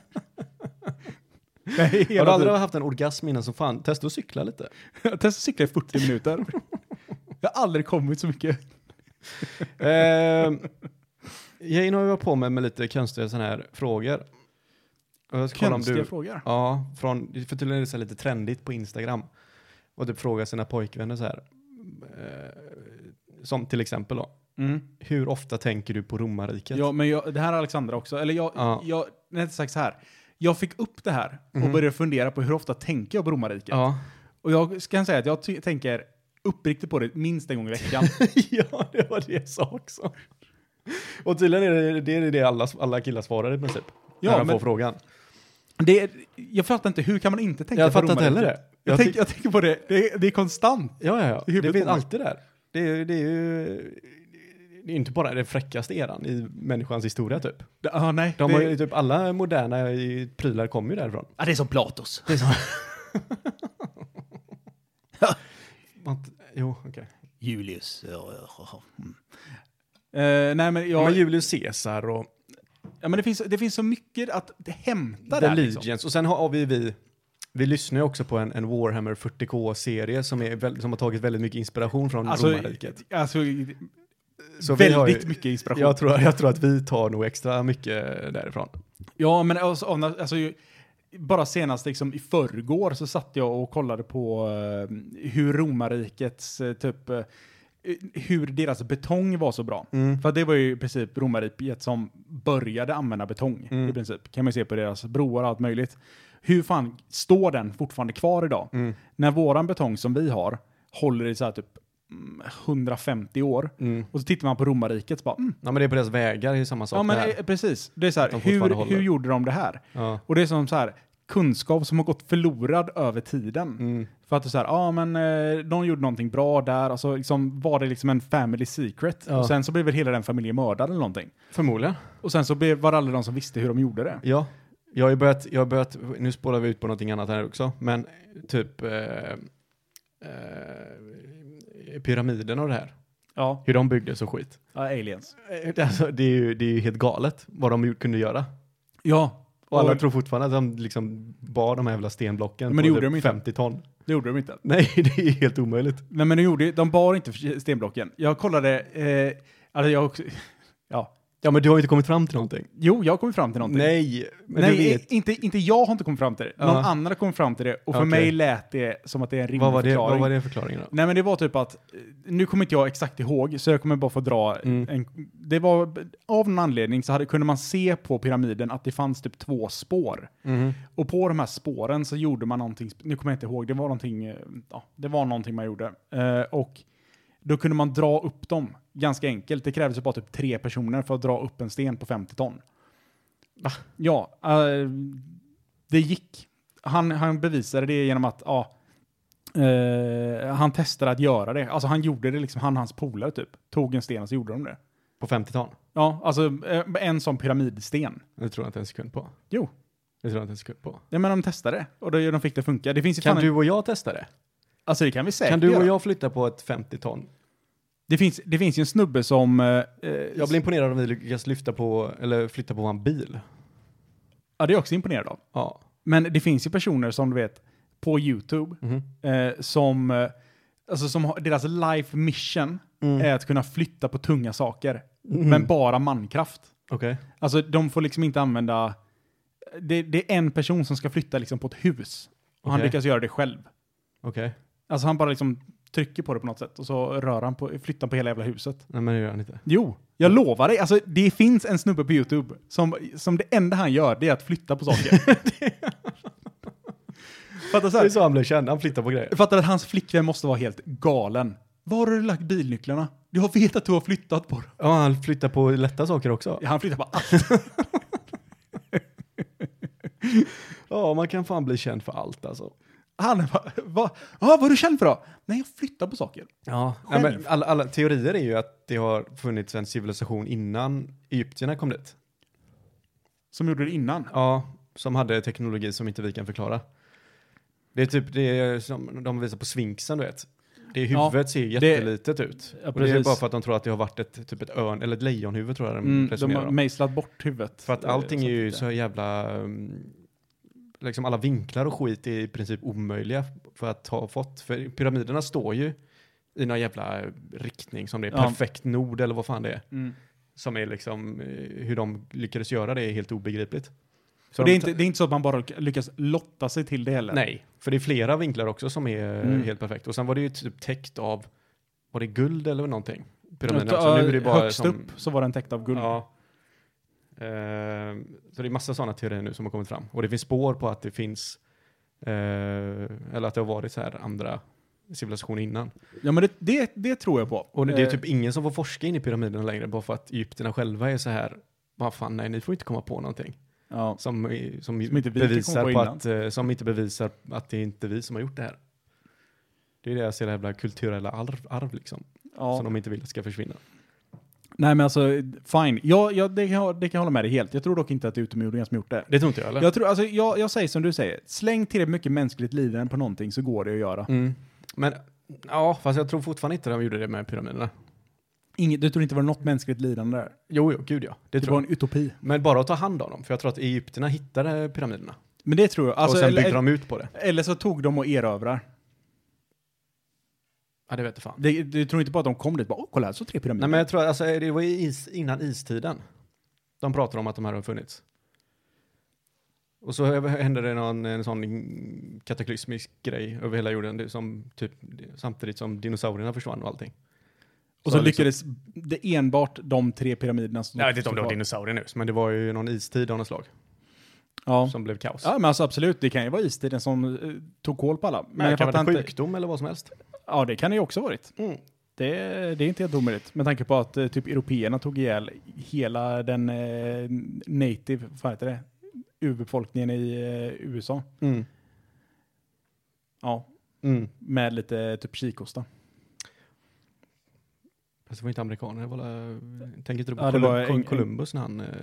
Speaker 1: Nej,
Speaker 2: Har du
Speaker 1: hela
Speaker 2: aldrig
Speaker 1: tiden.
Speaker 2: haft en orgasm innan som fan? Testa att cykla lite.
Speaker 1: Jag testade cykla i fyrtio minuter. Jag har aldrig kommit så mycket.
Speaker 2: Ehm, Jane har ju varit på med, med lite konstiga sådana här frågor. Jag ska kolla om
Speaker 1: Konstiga
Speaker 2: du,
Speaker 1: frågor?
Speaker 2: Ja, från, för tydligen är det så här lite trendigt på Instagram. Och typ frågar sina pojkvänner så här. Eh, som till exempel då.
Speaker 1: Mm.
Speaker 2: Hur ofta tänker du på romarriket?
Speaker 1: Ja, men jag, det här är Alexandra också. Eller jag,
Speaker 2: Ja.
Speaker 1: jag, jag inte sagt så här. Jag fick upp det här och
Speaker 2: Mhm.
Speaker 1: började fundera på hur ofta tänker jag på romarriket.
Speaker 2: Ja.
Speaker 1: Och jag ska säga att jag ty- tänker uppriktigt på det minst en gång i veckan.
Speaker 2: Ja, det var det jag sa också. Och tydligen är det det, är det alla, alla killar svarar i princip.
Speaker 1: Ja,
Speaker 2: när de
Speaker 1: men-
Speaker 2: får frågan.
Speaker 1: Det är, jag fattar inte, hur kan man inte tänka
Speaker 2: Jag
Speaker 1: på
Speaker 2: fattar inte
Speaker 1: romarriket?
Speaker 2: heller det.
Speaker 1: Jag,
Speaker 2: Jag
Speaker 1: tänk,
Speaker 2: tyck-
Speaker 1: jag tänker på det, det är, det är konstant.
Speaker 2: Ja, ja, ja.
Speaker 1: I huvudet
Speaker 2: Det finns
Speaker 1: på mig.
Speaker 2: alltid där. Det är, det är ju det är inte bara den fräckaste eran i människans historia typ.
Speaker 1: Det, ah, nej,
Speaker 2: De
Speaker 1: det,
Speaker 2: har ju typ alla moderna i- prylar kommer ju därifrån.
Speaker 1: ah, det är som Platos.
Speaker 2: Det är så. Man, jo, okej.
Speaker 1: Julius. Ja, ja, ja. Mm. Eh, nej, men, jag,
Speaker 2: Men Julius Caesar och
Speaker 1: ja, men det, finns, det finns så mycket att hämta
Speaker 2: The
Speaker 1: där.
Speaker 2: Legions.
Speaker 1: Liksom.
Speaker 2: Och sen har vi, vi, vi lyssnar ju också på en, en Warhammer fyrtio K-serie som, är väl, som har tagit väldigt mycket inspiration från
Speaker 1: Alltså,
Speaker 2: romarriket.
Speaker 1: alltså
Speaker 2: Så vi har ju-
Speaker 1: väldigt mycket inspiration.
Speaker 2: Jag tror, jag tror att vi tar nog extra mycket därifrån.
Speaker 1: Ja, men alltså, alltså ju- bara senast liksom, i förrgår så satt jag och kollade på eh, hur romarrikets eh, typ eh, hur deras betong var så bra.
Speaker 2: Mm.
Speaker 1: För det var ju i princip romarriket som började använda betong
Speaker 2: Mm.
Speaker 1: i princip. Kan man se på deras broar och allt möjligt. Hur fan står den fortfarande kvar idag?
Speaker 2: Mm.
Speaker 1: När våran betong som vi har håller i så här typ mm, hundrafemtio år.
Speaker 2: Mm.
Speaker 1: Och så tittar man på romarriket och bara mm,
Speaker 2: Ja, men det är på deras vägar, det är samma sak
Speaker 1: ja men
Speaker 2: här.
Speaker 1: eh, precis. Det är så här,
Speaker 2: Att de fortfarande
Speaker 1: hur,
Speaker 2: håller.
Speaker 1: hur gjorde de det här?
Speaker 2: Ja.
Speaker 1: Och det är som så här kunskap som har gått förlorad över tiden.
Speaker 2: Mm.
Speaker 1: För att det är så här, ja ah, men eh, de gjorde någonting bra där och så liksom var det liksom en family secret.
Speaker 2: Ja.
Speaker 1: Och sen så blev väl hela den familjen mördad eller någonting.
Speaker 2: Förmodligen.
Speaker 1: Och sen så blev, var det alla de som visste hur de gjorde det.
Speaker 2: Ja. Jag har ju börjat, jag har börjat, nu spårar vi ut på någonting annat här också, men typ eh, eh, pyramiden och det här.
Speaker 1: Ja,
Speaker 2: Hur de byggdes och skit.
Speaker 1: ja aliens.
Speaker 2: Eh, Alltså, det, är ju, det är ju helt galet vad de kunde göra.
Speaker 1: Ja,
Speaker 2: Och alla
Speaker 1: och
Speaker 2: tror fortfarande att de liksom bar de här jävla stenblocken
Speaker 1: Men
Speaker 2: på
Speaker 1: det gjorde
Speaker 2: typ
Speaker 1: de inte.
Speaker 2: femtio ton.
Speaker 1: det gjorde de inte.
Speaker 2: Nej, det är helt omöjligt.
Speaker 1: Nej, men de, gjorde, de bar inte stenblocken. Jag kollade, eh, alltså jag också, ja.
Speaker 2: Ja, men du har ju inte kommit fram till någonting.
Speaker 1: Jo, jag har kommit fram till någonting.
Speaker 2: Nej, men
Speaker 1: Nej,
Speaker 2: du vet.
Speaker 1: inte, inte jag har inte kommit fram till det. Någon
Speaker 2: Ja.
Speaker 1: annan har kommit fram till det. Och för
Speaker 2: Okej.
Speaker 1: mig lät det som att det är en rimlig
Speaker 2: Vad var, det,
Speaker 1: förklaring.
Speaker 2: vad var det förklaringen då?
Speaker 1: Nej, men det var typ att, eh, nu kommer inte jag exakt ihåg, så jag kommer bara få dra
Speaker 2: Mm.
Speaker 1: en, det var, av någon anledning så hade, kunde man se på pyramiden att det fanns typ två spår.
Speaker 2: Mhm.
Speaker 1: Och på de här spåren så gjorde man någonting, nu kommer jag inte ihåg, det var någonting, eh, ja, det var någonting man gjorde. Eh, och då kunde man dra upp dem ganska enkelt. Det krävdes ju bara typ tre personer för att dra upp en sten på femtio ton.
Speaker 2: Va?
Speaker 1: Ja, eh, det gick. Han, han bevisade det genom att, ja, eh, han testade att göra det. Alltså han gjorde det liksom, han och hans polare typ. Tog en sten och så gjorde de det.
Speaker 2: På femtio ton?
Speaker 1: Ja, alltså eh, en sån pyramidsten.
Speaker 2: Det tror jag inte en sekund på.
Speaker 1: Jo,
Speaker 2: Det tror jag inte en sekund på.
Speaker 1: ja, men de testade det. Och då, de fick det funka. Det finns ju
Speaker 2: Kan
Speaker 1: fan
Speaker 2: du
Speaker 1: en,
Speaker 2: och jag testa det?
Speaker 1: alltså det kan vi säkert
Speaker 2: Kan du och
Speaker 1: göra.
Speaker 2: jag flytta på ett femtio ton?
Speaker 1: Det finns, det finns ju en snubbe som... Eh,
Speaker 2: Jag blir imponerad om vi lyckas lyfta på, eller flytta på en bil.
Speaker 1: ja, det är jag också imponerad av.
Speaker 2: Ja.
Speaker 1: Men det finns ju personer som du vet, på YouTube,
Speaker 2: Mhm.
Speaker 1: eh, som... Eh, alltså som har, deras life mission
Speaker 2: Mm.
Speaker 1: är att kunna flytta på tunga saker.
Speaker 2: Mm.
Speaker 1: Men bara mankraft.
Speaker 2: Okej.
Speaker 1: Alltså de får liksom inte använda... Det, det är en person som ska flytta liksom på ett hus. Och han
Speaker 2: Okej.
Speaker 1: lyckas göra det själv.
Speaker 2: Okej.
Speaker 1: Alltså han bara liksom trycker på det på något sätt. Och så rör han på, flyttar på hela jävla huset.
Speaker 2: Nej, men det gör han inte.
Speaker 1: Jo, jag lovar dig. Alltså det finns en snubbe på YouTube som, som det enda han gör det är att flytta på saker. Fattar så
Speaker 2: Det är
Speaker 1: här,
Speaker 2: så han blev känd, han flyttar på grejer.
Speaker 1: fattar att hans flickvän måste vara helt galen. Var har du lagt bilnycklarna? Jag vet att du har flyttat på dem.
Speaker 2: Ja, han flyttar på lätta saker också.
Speaker 1: Ja, han flyttar på allt.
Speaker 2: Ja, man kan fan bli känd för allt alltså.
Speaker 1: Han bara, va? Ah, vad är du känd för då? Nej, jag flyttar på saker.
Speaker 2: Ja,
Speaker 1: Själv.
Speaker 2: nej, men alla, alla teorier är ju att det har funnits en civilisation innan egyptierna kom dit.
Speaker 1: Som gjorde det innan.
Speaker 2: Ja, som hade teknologi som inte vi kan förklara. Det är typ det är som de visar på sfinxen, du vet. Det huvudet
Speaker 1: Ja,
Speaker 2: ser jättelitet ut.
Speaker 1: Ja,
Speaker 2: Och det är
Speaker 1: precis.
Speaker 2: bara för att de tror att det har varit ett, typ ett örn, eller ett lejonhuvud tror jag de
Speaker 1: Mm, de
Speaker 2: resonerar
Speaker 1: har
Speaker 2: om.
Speaker 1: mejslat bort huvudet.
Speaker 2: För att
Speaker 1: Eh,
Speaker 2: allting
Speaker 1: så
Speaker 2: är ju
Speaker 1: att det-
Speaker 2: så jävla... um, liksom alla vinklar och skit är i princip omöjliga för att ha fått. För pyramiderna står ju i någon jävla riktning som det är
Speaker 1: Ja.
Speaker 2: perfekt nord eller vad fan det är.
Speaker 1: Mm.
Speaker 2: som är liksom, eh, hur de lyckades göra det är helt obegripligt. Så
Speaker 1: Och det, är
Speaker 2: de
Speaker 1: inte, det är inte så att man bara lyckas lotta sig till det heller.
Speaker 2: Nej, för det är flera vinklar också som är
Speaker 1: Mm.
Speaker 2: helt perfekt. Och sen var det ju typ täckt av, var det guld eller någonting? Pyramiden
Speaker 1: Ja,
Speaker 2: också. Nu är det bara
Speaker 1: högst
Speaker 2: som,
Speaker 1: upp så var den täckt av guld.
Speaker 2: Ja. Ehm, så det är massa sådana teorier nu som har kommit fram. Och det finns spår på att det finns, eh, eller att det har varit så här andra civilisationer innan.
Speaker 1: Ja, men det, det, det tror jag på.
Speaker 2: Och det, det är
Speaker 1: Eh,
Speaker 2: typ ingen som får forska in i pyramiderna längre, bara för att egyptierna själva är så här, vad fan, nej, ni får inte komma på någonting.
Speaker 1: ja.
Speaker 2: Som, som,
Speaker 1: Som inte vi kan
Speaker 2: bevisar
Speaker 1: komma
Speaker 2: på
Speaker 1: på innan.
Speaker 2: att, eh, som inte bevisar att det är inte vi som har gjort det här. Det är deras jävla kulturella arv, arv liksom.
Speaker 1: Ja.
Speaker 2: Som de inte vill ska försvinna.
Speaker 1: Nej, men alltså, fine. Ja, ja, det, kan jag, det kan jag hålla med dig helt. Jag tror dock inte att det är utomjordingar som gjort det.
Speaker 2: Det tror inte jag, eller?
Speaker 1: Jag, tror, alltså, jag, jag säger som du säger. Släng tillräckligt mycket mänskligt lidande på någonting så går det att göra.
Speaker 2: Mm. Men, ja, fast jag tror fortfarande inte de gjorde det med pyramiderna.
Speaker 1: Inget, du tror inte det var något mänskligt lidande där?
Speaker 2: Jo, jo, gud ja. Det,
Speaker 1: Det
Speaker 2: tror
Speaker 1: var
Speaker 2: jag.
Speaker 1: en utopi.
Speaker 2: Men bara att ta hand om dem. För jag tror att egyptierna hittade pyramiderna.
Speaker 1: Men det tror jag. Alltså,
Speaker 2: och sen
Speaker 1: eller,
Speaker 2: byggde de ut på det.
Speaker 1: eller så tog de och erövrar.
Speaker 2: Ja, det vet jag fan.
Speaker 1: Det, du tror inte på att de kom dit och bara, åh, kolla här, så tre pyramider.
Speaker 2: Nej, men jag tror alltså, det var is, innan istiden. De pratar om att de här har funnits. Och så hände det någon en sån kataklysmisk grej över hela jorden. Det som typ, samtidigt som dinosaurierna försvann och allting.
Speaker 1: Och så,
Speaker 2: så
Speaker 1: lyckades det enbart de tre pyramiderna som
Speaker 2: Jag vet inte om det var
Speaker 1: kvar.
Speaker 2: dinosaurier nu, men det var ju någon istid av något slag
Speaker 1: Ja.
Speaker 2: som blev kaos.
Speaker 1: Ja, men alltså absolut. Det kan ju vara istiden som uh, tog koll på alla. Men
Speaker 2: Men det
Speaker 1: jag
Speaker 2: kan
Speaker 1: fattar
Speaker 2: vara
Speaker 1: inte.
Speaker 2: sjukdom eller vad som helst.
Speaker 1: Ja, det kan det ju också ha varit.
Speaker 2: Mm.
Speaker 1: Det, det är inte helt omöjligt. Med tanke på att uh, typ européerna tog ihjäl hela den uh, native, vad heter det? Urbefolkningen i uh, U S A.
Speaker 2: Mm.
Speaker 1: Ja,
Speaker 2: Mm.
Speaker 1: med lite typ kikhosta.
Speaker 2: Fast det var inte amerikaner. Det var, jag tänker inte du på
Speaker 1: Ja, det
Speaker 2: Colum-
Speaker 1: var
Speaker 2: Col-
Speaker 1: en-
Speaker 2: Columbus när han... eh,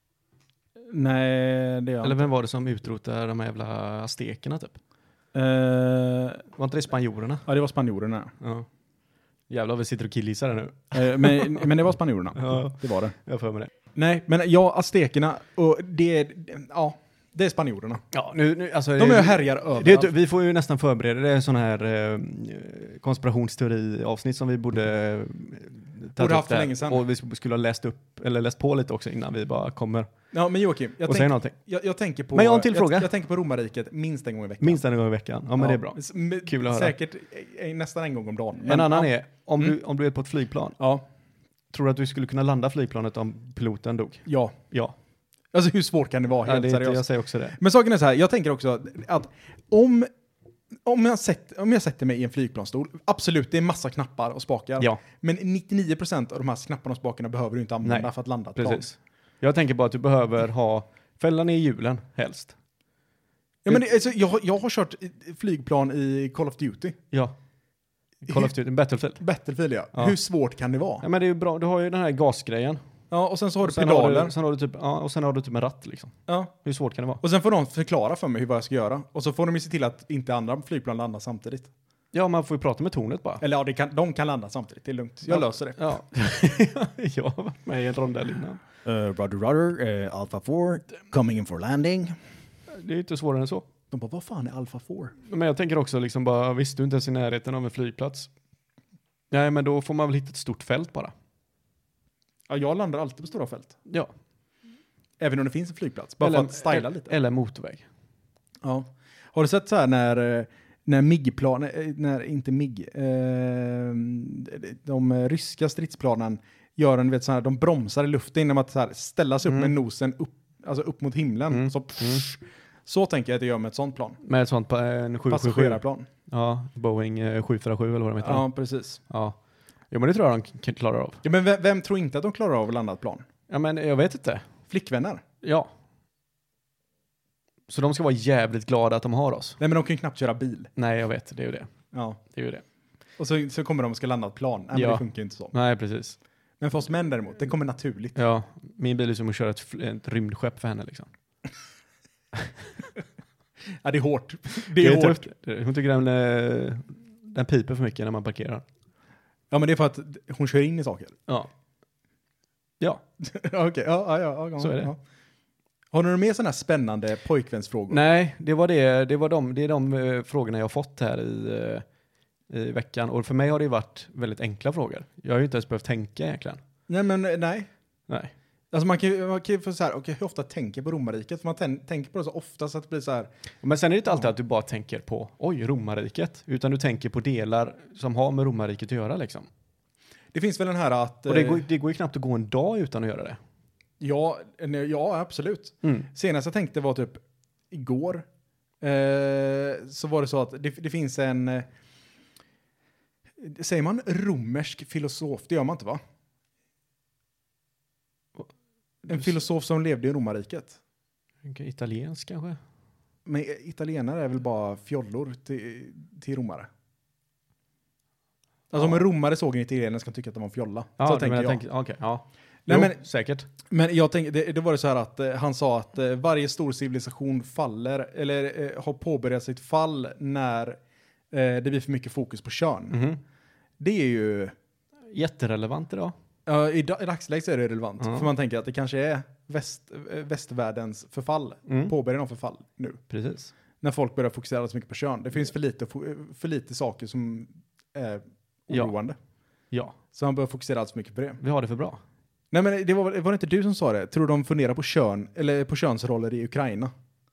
Speaker 1: Nej, det gör
Speaker 2: Eller vem var det som utrotade de här jävla aztekerna typ?
Speaker 1: Uh,
Speaker 2: Var inte det spanjorerna?
Speaker 1: ja, det var spanjorerna.
Speaker 2: Ja. Jävlar, vi sitter och killgissar här nu.
Speaker 1: Uh, men, men det var spanjorerna.
Speaker 2: Ja.
Speaker 1: Det var det.
Speaker 2: Jag får med det.
Speaker 1: Nej, men ja, aztekerna, och det är, ja, det är spanjorerna.
Speaker 2: Ja, nu, nu, alltså,
Speaker 1: De är och härjar överallt.
Speaker 2: det, vi får ju nästan förbereda det. Det är sån här eh, konspirationsteori-avsnitt som vi borde eh, ta
Speaker 1: Borde
Speaker 2: upp
Speaker 1: haft för
Speaker 2: där.
Speaker 1: länge sedan.
Speaker 2: Och vi skulle ha läst upp, eller läst på lite också innan vi bara kommer
Speaker 1: Ja, men Joakim, jag,
Speaker 2: och
Speaker 1: tänk,
Speaker 2: säger någonting.
Speaker 1: jag, jag tänker på...
Speaker 2: Men jag har en till
Speaker 1: jag,
Speaker 2: fråga.
Speaker 1: Jag tänker på romarriket minst en gång i veckan.
Speaker 2: Minst en gång i veckan. Ja, men det är bra.
Speaker 1: S- med-
Speaker 2: Kul att höra.
Speaker 1: Säkert eh, nästan en gång om dagen.
Speaker 2: En
Speaker 1: Men,
Speaker 2: annan
Speaker 1: ja,
Speaker 2: är, om,
Speaker 1: Mm.
Speaker 2: du, om du är på ett flygplan,
Speaker 1: Ja,
Speaker 2: tror du att du skulle kunna landa flygplanet om piloten dog?
Speaker 1: ja.
Speaker 2: Ja.
Speaker 1: Alltså hur svårt kan det vara,
Speaker 2: ja
Speaker 1: helt
Speaker 2: det, är inte-
Speaker 1: seriöst?
Speaker 2: jag säger också det.
Speaker 1: Men saken är så här, jag tänker också att om, om, jag sätt, om jag sätter mig i en flygplansstol, absolut, det är massa knappar och spakar.
Speaker 2: Ja,
Speaker 1: Men nittionio procent av de här knapparna och spakarna behöver du inte använda
Speaker 2: Nej,
Speaker 1: för att landa ett plan.
Speaker 2: precis. Jag tänker bara att du behöver ha fällan i hjulen, helst.
Speaker 1: Ja, men det, alltså, jag, har- jag har kört flygplan i Call of Duty.
Speaker 2: Ja. Call of Duty, Battlefield.
Speaker 1: Battlefield, ja.
Speaker 2: Ja.
Speaker 1: Hur svårt kan det vara?
Speaker 2: Ja, men det är ju bra. Du har ju den här gasgrejen.
Speaker 1: Ja, och sen så har du
Speaker 2: Och sen
Speaker 1: pedaler.
Speaker 2: Har du, sen har du typ, ja, och sen har du typ en ratt liksom.
Speaker 1: Ja.
Speaker 2: Hur svårt kan det vara?
Speaker 1: Och sen får de förklara för mig hur vad jag ska göra. Och så får de ju se till att inte andra flygplan landar samtidigt.
Speaker 2: Ja, man får ju prata med tornet bara.
Speaker 1: Eller ja, det kan, de kan landa samtidigt. Det är lugnt. Jag
Speaker 2: Ja.
Speaker 1: löser det.
Speaker 2: Ja. Jag har varit med i en rondell innan.
Speaker 1: Uh, rudder, rudder, uh, Alpha four, coming in for landing.
Speaker 2: Det är inte svårare än så.
Speaker 1: De bara, vad fan är Alpha four?
Speaker 2: Men jag tänker också liksom bara, visst du inte ens i närheten av en flygplats. Nej, men då får man väl hitta ett stort fält bara.
Speaker 1: Ja, jag landar alltid på stora fält.
Speaker 2: Ja.
Speaker 1: Även om det finns en flygplats. Bara
Speaker 2: eller,
Speaker 1: för att styla lite.
Speaker 2: Eller motorväg.
Speaker 1: Ja. Har du sett så här när, eh, när M I G-plan, eh, när inte M I G, eh, de ryska stridsplanen gör en, vet, så här, de bromsar i luften genom att så här, ställa sig upp
Speaker 2: Mm.
Speaker 1: med nosen upp, alltså upp mot himlen.
Speaker 2: Mm.
Speaker 1: Så, pff, så tänker jag att det gör med ett sånt plan.
Speaker 2: Med ett sånt på en sju sju sju.
Speaker 1: Passagerarplan.
Speaker 2: Ja, Boeing eh, sju fyra sju eller vad de heter.
Speaker 1: Ja, precis.
Speaker 2: Ja. Jo, men det tror jag de k- klarar av.
Speaker 1: Ja, men vem, vem tror inte att de klarar av att landa ett plan?
Speaker 2: Ja, men jag vet inte.
Speaker 1: Flickvänner?
Speaker 2: Ja. Så de ska vara jävligt glada att de har oss.
Speaker 1: Nej, men de kan ju knappt köra bil.
Speaker 2: Nej, jag vet. Det är ju det.
Speaker 1: Ja.
Speaker 2: Det är ju det.
Speaker 1: Och så, så kommer de och ska landa ett plan. Nej, men
Speaker 2: Ja.
Speaker 1: det funkar ju inte så.
Speaker 2: Nej, precis.
Speaker 1: Men för oss män däremot, det kommer naturligt.
Speaker 2: Ja, min bil är som att köra ett, fl- ett rymdskepp för henne liksom.
Speaker 1: Ja, det är hårt. Det är, hårt.
Speaker 2: tufft. Hon tycker den, eh, den piper för mycket när man parkerar.
Speaker 1: Ja, men det är för att hon kör in i saker.
Speaker 2: Ja. Ja.
Speaker 1: Okej, ja, ja, ja, ja.
Speaker 2: Så är det.
Speaker 1: Ja. Har du några mer sådana här spännande pojkvänsfrågor?
Speaker 2: Nej, det var det. Det var de, det är de eh, frågorna jag har fått här i, eh, i veckan. Och för mig har det ju varit väldigt enkla frågor. Jag har ju inte ens behövt tänka egentligen.
Speaker 1: Nej, men nej.
Speaker 2: Nej.
Speaker 1: Alltså man kan ju man kan ju få så här, okej, hur ofta tänker på romarriket? För man tän- tänker på det så ofta så att det blir så här.
Speaker 2: Men sen är det inte alltid att du bara tänker på, oj, romarriket. Utan du tänker på delar som har med romarriket att göra liksom.
Speaker 1: Det finns väl den här att...
Speaker 2: Och det
Speaker 1: eh,
Speaker 2: går, det går ju knappt att gå en dag utan att göra det.
Speaker 1: Ja, nej, ja absolut.
Speaker 2: Mm.
Speaker 1: Senast jag tänkte var typ igår. Eh, så var det så att det, det finns en... Eh, säger man romersk filosof? Det gör man inte, va? En filosof som levde i romarriket.
Speaker 2: Italiensk kanske?
Speaker 1: Men italienare är väl bara fjollor till, till romare? Alltså om en romare såg en italienare ska tycka att det var en fjolla.
Speaker 2: Ja,
Speaker 1: så
Speaker 2: du
Speaker 1: tänker
Speaker 2: menar,
Speaker 1: jag.
Speaker 2: tänker, okej, ja.
Speaker 1: Nej,
Speaker 2: Jo,
Speaker 1: men-
Speaker 2: säkert.
Speaker 1: Men jag tänkte, det, det var det så här att eh, han sa att eh, varje stor civilisation faller, eller eh, har påbörjat sitt fall när eh, det blir för mycket fokus på kön.
Speaker 2: Mhm.
Speaker 1: Det är ju,
Speaker 2: Jätterelevant idag.
Speaker 1: ja, i, da, i dagsläget så är det relevant.
Speaker 2: Ja.
Speaker 1: För man tänker att det kanske är väst, eh, västvärldens förfall,
Speaker 2: Mm.
Speaker 1: påbörjan av förfall nu.
Speaker 2: Precis.
Speaker 1: När folk börjar fokusera så mycket på kön. Det finns för lite, fo- för lite saker som är
Speaker 2: Ja.
Speaker 1: oroande.
Speaker 2: Ja,
Speaker 1: Så han börjar fokusera allt för mycket på det.
Speaker 2: vi har det för bra.
Speaker 1: Nej men det var, var det inte du som sa det? Tror de funderar på kön, eller på könsroller i Ukraina?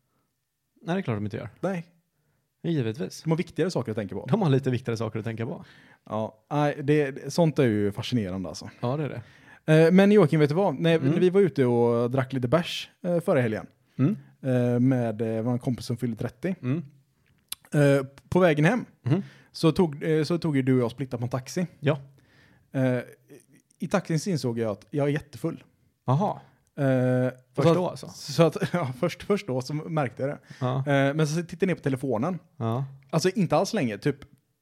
Speaker 2: Nej, det är klart de inte gör.
Speaker 1: Nej,
Speaker 2: Givetvis.
Speaker 1: de har viktigare saker att tänka på.
Speaker 2: De har lite viktigare saker att tänka på.
Speaker 1: Ja, nej, det, sånt är ju fascinerande alltså.
Speaker 2: Ja, det är det.
Speaker 1: Eh, men Joakim, vet du vad? När,
Speaker 2: Mm.
Speaker 1: när vi var ute och drack lite bärs eh, förra helgen
Speaker 2: Mm.
Speaker 1: eh, med eh, vår kompis som fyllde trettio.
Speaker 2: Mm.
Speaker 1: Eh, på vägen hem
Speaker 2: Mm.
Speaker 1: så tog, eh, så tog ju du och jag splitta på en taxi.
Speaker 2: Ja.
Speaker 1: Eh, I taxin så insåg jag att jag är jättefull.
Speaker 2: Jaha.
Speaker 1: Eh,
Speaker 2: Först
Speaker 1: så
Speaker 2: då
Speaker 1: att-
Speaker 2: alltså?
Speaker 1: Så att, ja, först, först då så märkte jag det.
Speaker 2: Ja.
Speaker 1: Eh, men så tittade jag ner på telefonen.
Speaker 2: Ja.
Speaker 1: Alltså inte alls länge, typ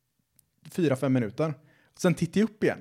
Speaker 1: fyra, fem minuter. Sen tittade jag upp igen.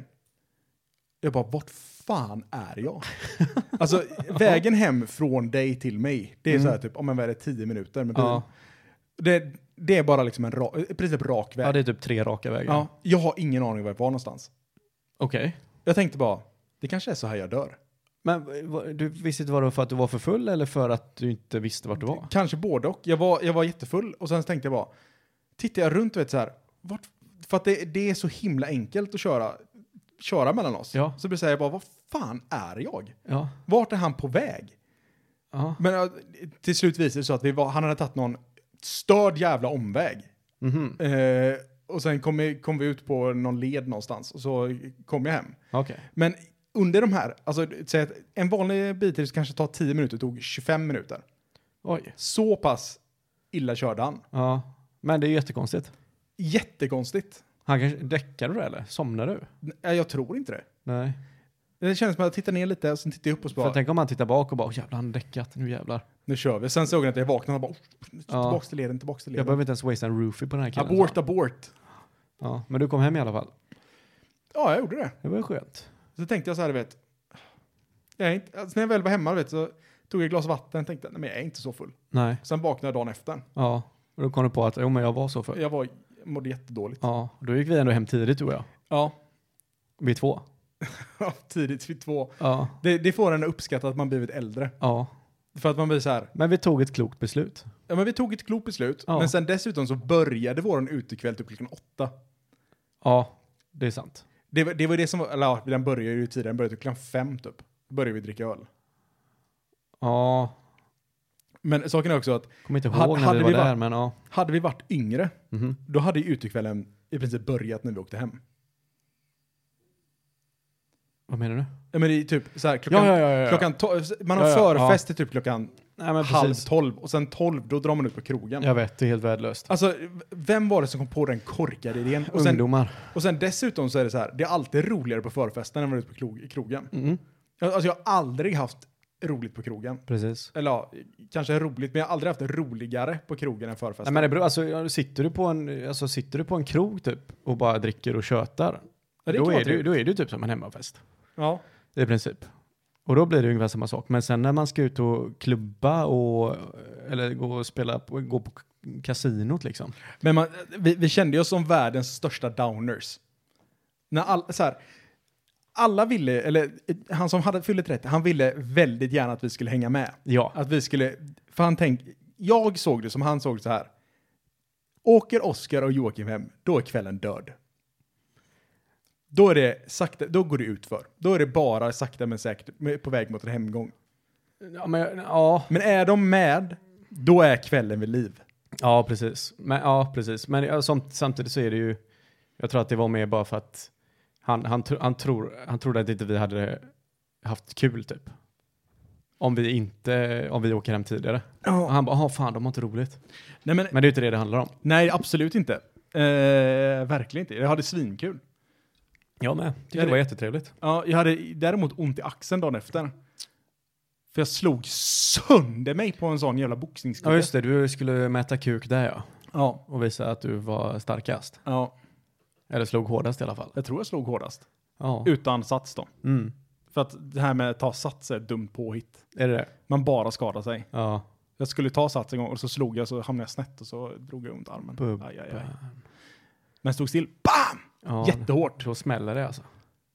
Speaker 1: Jag bara, vart fan är jag? Alltså vägen hem från dig till mig, det är
Speaker 2: Mm.
Speaker 1: så här typ, om man väl är tio minuter med bil.
Speaker 2: Ja.
Speaker 1: Det, det är bara liksom en ra, i princip rak väg.
Speaker 2: Ja, det är typ tre raka vägar.
Speaker 1: Ja, jag har ingen aning var jag var någonstans.
Speaker 2: Okej.
Speaker 1: Jag tänkte bara, det kanske är så här jag dör.
Speaker 2: Men vad- du visste inte vad det var för att du var för full eller för att du inte visste vart du var?
Speaker 1: Kanske både och. Jag var, jag var jättefull och sen tänkte jag bara, tittar jag runt och vet så här, vart, för att det, det är så himla enkelt att köra, köra mellan oss.
Speaker 2: Ja.
Speaker 1: Så blir jag bara, vad fan är jag?
Speaker 2: Ja.
Speaker 1: Vart är han på väg?
Speaker 2: Ja.
Speaker 1: Men ja, till slut visade det sig så att vi var, han hade tagit någon störd jävla omväg.
Speaker 2: Mhm.
Speaker 1: Eh, och sen kom vi, kom vi ut på någon led någonstans och så kom jag hem.
Speaker 2: Okej.
Speaker 1: Men under de här, alltså säg att en vanlig biltur kanske tar tio minuter, tog tjugofem minuter.
Speaker 2: Oj.
Speaker 1: Så pass illa körde han.
Speaker 2: Ja. Men det är ju jättekonstigt.
Speaker 1: Jättekonstigt.
Speaker 2: Han kanske, däckar du eller? Somnar du?
Speaker 1: Nej, jag tror inte det.
Speaker 2: Nej.
Speaker 1: Det känns som att jag tittar ner lite och sen tittar jag upp och så
Speaker 2: För
Speaker 1: bara,
Speaker 2: tänk om han tittar bak och bara, "Åh, jävlar han har däckat, nu jävlar.
Speaker 1: nu kör vi. Sen såg jag att jag vaknade och bara, tillbaks till leden, tillbaks till
Speaker 2: Jag
Speaker 1: leden.
Speaker 2: behöver inte ens waste en roofie på den här killen.
Speaker 1: Abort,
Speaker 2: så.
Speaker 1: abort.
Speaker 2: Ja, men du kom hem i alla fall.
Speaker 1: Ja, jag gjorde det.
Speaker 2: Det var ju skönt.
Speaker 1: Så tänkte jag så här, du vet. Jag är inte, alltså när jag väl var hemma, du vet, så tog jag ett glas vatten och tänkte, nej men jag är inte så full.
Speaker 2: Nej.
Speaker 1: Sen vaknade jag dagen efter.
Speaker 2: Ja. Och då kom du på att, jo men jag var så för.
Speaker 1: Jag var, mådde jättedåligt.
Speaker 2: Ja. Då gick vi ändå hem tidigt du och jag.
Speaker 1: Ja,
Speaker 2: Vi två.
Speaker 1: tidigt vid två.
Speaker 2: Ja.
Speaker 1: Det, det får en att uppskatta att man blivit äldre.
Speaker 2: Ja.
Speaker 1: För att man blir så här,
Speaker 2: Men vi tog ett klokt beslut.
Speaker 1: ja men vi tog ett klokt beslut.
Speaker 2: Ja.
Speaker 1: Men sen dessutom så började våran utekväll typ klockan åtta.
Speaker 2: Ja, det är sant.
Speaker 1: Det var det, var det som var, eller ja, den började ju tidigare, den började typ klockan fem typ. Började vi dricka öl.
Speaker 2: Ja,
Speaker 1: Men saken är också att,
Speaker 2: kommer inte ihåg
Speaker 1: Hade-
Speaker 2: när
Speaker 1: hade
Speaker 2: vi var
Speaker 1: vi
Speaker 2: där,
Speaker 1: varit-
Speaker 2: men ja.
Speaker 1: hade vi varit yngre,
Speaker 2: Mhm.
Speaker 1: då hade ju utekvällen i princip börjat när vi åkte hem.
Speaker 2: Vad menar du?
Speaker 1: Ja men det är typ så här, klockan,
Speaker 2: Ja, ja, ja, ja.
Speaker 1: klockan to- man har
Speaker 2: Ja, ja,
Speaker 1: förfest till typ klockan
Speaker 2: Nej, men
Speaker 1: halv
Speaker 2: precis.
Speaker 1: tolv och sen tolv, då drar man ut på krogen.
Speaker 2: Jag vet, det är helt värdelöst.
Speaker 1: Alltså, vem var det som kom på den korkade idén? Och sen,
Speaker 2: Ungdomar.
Speaker 1: och sen dessutom så är det så här, det är alltid roligare på förfesten än vad det är ute på krog, krogen.
Speaker 2: Mm.
Speaker 1: Alltså jag har aldrig haft roligt på krogen.
Speaker 2: Precis.
Speaker 1: Eller ja, kanske roligt, men jag har aldrig haft det roligare på krogen än förfesten.
Speaker 2: Nej, men det beror, alltså, ja, sitter, du på en, alltså, sitter du på en krog typ och bara dricker och tjötar,
Speaker 1: Ja, det är
Speaker 2: då,
Speaker 1: klart
Speaker 2: är
Speaker 1: det.
Speaker 2: du, då är det typ som en hemmafest.
Speaker 1: Ja.
Speaker 2: I princip. Och då blir det ungefär samma sak. Men sen när man ska ut och klubba och eller gå och spela på, gå på kasinot liksom.
Speaker 1: Men man, vi, vi kände oss som världens största downers. När all, så här, alla ville, eller han som hade fyllt trettio, han ville väldigt gärna att vi skulle hänga med.
Speaker 2: Ja.
Speaker 1: Att vi skulle, för han tänkte, jag såg det som han såg så här. Åker Oscar och Joakim hem, då är kvällen död. Då är det sakta, då går det ut för. Då är det bara sakta men säkert på väg mot en hemgång.
Speaker 2: Ja, men, ja.
Speaker 1: Men är de med, då är kvällen vid liv.
Speaker 2: Ja, precis. Men, ja, precis. Men ja, som, samtidigt så är det ju, jag tror att det var mer bara för att han, han, han, tror, han trodde att inte vi hade haft kul typ. Om vi inte, om vi åker hem tidigare.
Speaker 1: Ja.
Speaker 2: Och han bara, ah, fan, de har inte roligt.
Speaker 1: Nej, men,
Speaker 2: Men det är inte det det handlar om.
Speaker 1: nej, absolut inte. Eh, verkligen inte. Jag hade svinkul.
Speaker 2: Ja, men det,
Speaker 1: Ja, det-
Speaker 2: var jättetrevligt.
Speaker 1: Ja, jag hade däremot ont i axeln dagen efter. För jag slog sönder mig på en sån jävla boxningskille.
Speaker 2: Ja, just det. Du skulle mäta kuk där, ja.
Speaker 1: Ja,
Speaker 2: Och visa att du var starkast.
Speaker 1: ja,
Speaker 2: Eller slog hårdast i alla fall.
Speaker 1: jag tror jag slog hårdast.
Speaker 2: Ja.
Speaker 1: Utan sats då.
Speaker 2: Mm.
Speaker 1: För att det här med att ta sats är ett dumt påhitt.
Speaker 2: Är det det?
Speaker 1: Man bara skadar sig.
Speaker 2: Ja.
Speaker 1: Jag skulle ta sats en gång och så slog jag så hamnade jag snett och så drog jag ont armen.
Speaker 2: Bubb.
Speaker 1: Aj, aj, aj. Men stod still. Bam!
Speaker 2: Ja.
Speaker 1: Jättehårt.
Speaker 2: Då smäller det alltså.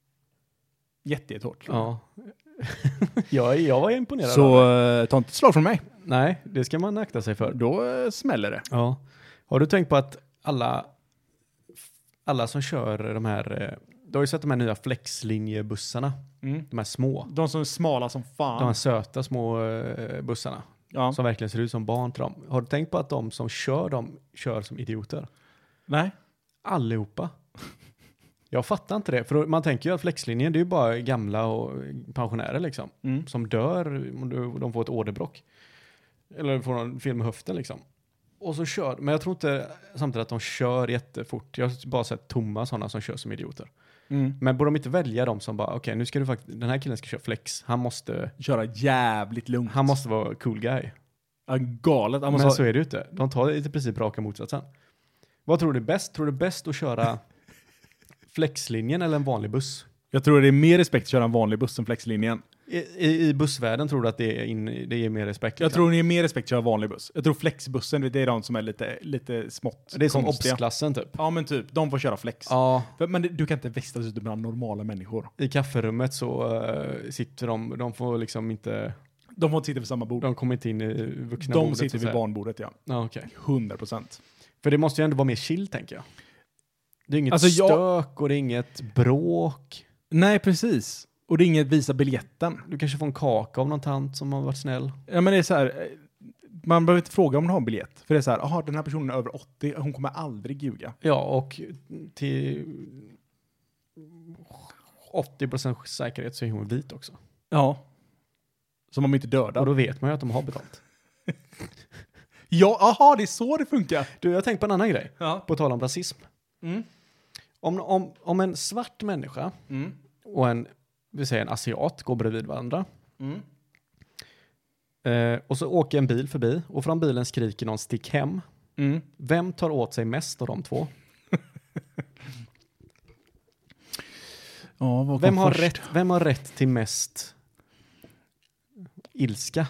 Speaker 1: Jätte, jättehårt.
Speaker 2: Ja. jag, jag var imponerad av
Speaker 1: Så
Speaker 2: det.
Speaker 1: uh, ta inte slag från mig.
Speaker 2: Nej, det ska man akta sig för.
Speaker 1: Då uh, smäller det.
Speaker 2: Ja. Har du tänkt på att alla, alla som kör de här, eh, du har ju sett de här nya flexlinjebussarna,
Speaker 1: Mm.
Speaker 2: de här små,
Speaker 1: De som är smala som fan.
Speaker 2: de här söta små eh, bussarna
Speaker 1: Ja.
Speaker 2: som verkligen ser ut som barn till dem. Har du tänkt på att de som kör dem kör som idioter?
Speaker 1: Nej.
Speaker 2: Allihopa. Jag fattar inte det, för man tänker ju att flexlinjen, det är ju bara gamla och pensionärer liksom,
Speaker 1: Mm.
Speaker 2: som dör om de får ett åderbråck. Eller får en fel med höften liksom. Och så kör, men jag tror inte samtidigt att de kör jättefort. Jag har bara sett tomma sådana som kör som idioter.
Speaker 1: Mm.
Speaker 2: Men borde de inte välja dem som bara, okej, okay, nu ska du faktiskt, den här killen ska köra flex. Han måste,
Speaker 1: Köra jävligt lugnt.
Speaker 2: han måste vara cool guy.
Speaker 1: Ja, galet. Han måste
Speaker 2: Men
Speaker 1: ha...
Speaker 2: så är det ju inte. De tar i princip raka motsatsen. Vad tror du är bäst? Tror du är bäst att köra flexlinjen eller en vanlig buss?
Speaker 1: Jag tror det är mer respekt att köra en vanlig buss än flexlinjen.
Speaker 2: I, i, i bussvärlden tror du att det är, in, det är mer respekt?
Speaker 1: Jag
Speaker 2: liksom?
Speaker 1: tror det är mer respekt att köra vanlig buss. Jag tror flexbussen, det är de som är lite, lite smått
Speaker 2: Det är som
Speaker 1: konstiga.
Speaker 2: obs-klassen typ.
Speaker 1: Ja, men typ. De får köra flex.
Speaker 2: Ja,
Speaker 1: För, men det, du kan inte vistas ute bland normala människor.
Speaker 2: i kafferummet så uh, sitter de, de får liksom inte,
Speaker 1: De får inte sitta vid samma bord.
Speaker 2: de kommer inte in i vuxna
Speaker 1: De
Speaker 2: bordet, så
Speaker 1: sitter
Speaker 2: att
Speaker 1: vid
Speaker 2: säga.
Speaker 1: barnbordet, ja.
Speaker 2: Ja, okej.
Speaker 1: hundra procent.
Speaker 2: För det måste ju ändå vara mer chill, tänker jag. Det är inget
Speaker 1: Alltså, jag-
Speaker 2: stök och det är inget bråk.
Speaker 1: Nej, precis. Och det är inget visa biljetten.
Speaker 2: Du kanske får en kaka av någon tant som har varit snäll.
Speaker 1: Ja, men det är så här. eh, Man behöver inte fråga om de har en biljett. För det är så här, aha, den här personen är över åttio. Hon kommer aldrig ljuga.
Speaker 2: Ja, och till åttio procent säkerhet så är hon vit också.
Speaker 1: Ja. Som om inte dödar.
Speaker 2: Och då vet man ju att de har betalt.
Speaker 1: Ja, aha, det är så det funkar.
Speaker 2: Du, jag har tänkt på en annan grej.
Speaker 1: Ja.
Speaker 2: På tal om rasism.
Speaker 1: Mm.
Speaker 2: Om, om, om en svart människa
Speaker 1: Mm.
Speaker 2: och en, vi säger en asiat går bredvid varandra.
Speaker 1: Mm.
Speaker 2: Eh, och så åker en bil förbi och från bilen skriker någon stick hem.
Speaker 1: Mm.
Speaker 2: Vem tar åt sig mest av de två?
Speaker 1: Ja, vad kom
Speaker 2: Vem har,
Speaker 1: först?
Speaker 2: rätt, vem har rätt till mest ilska?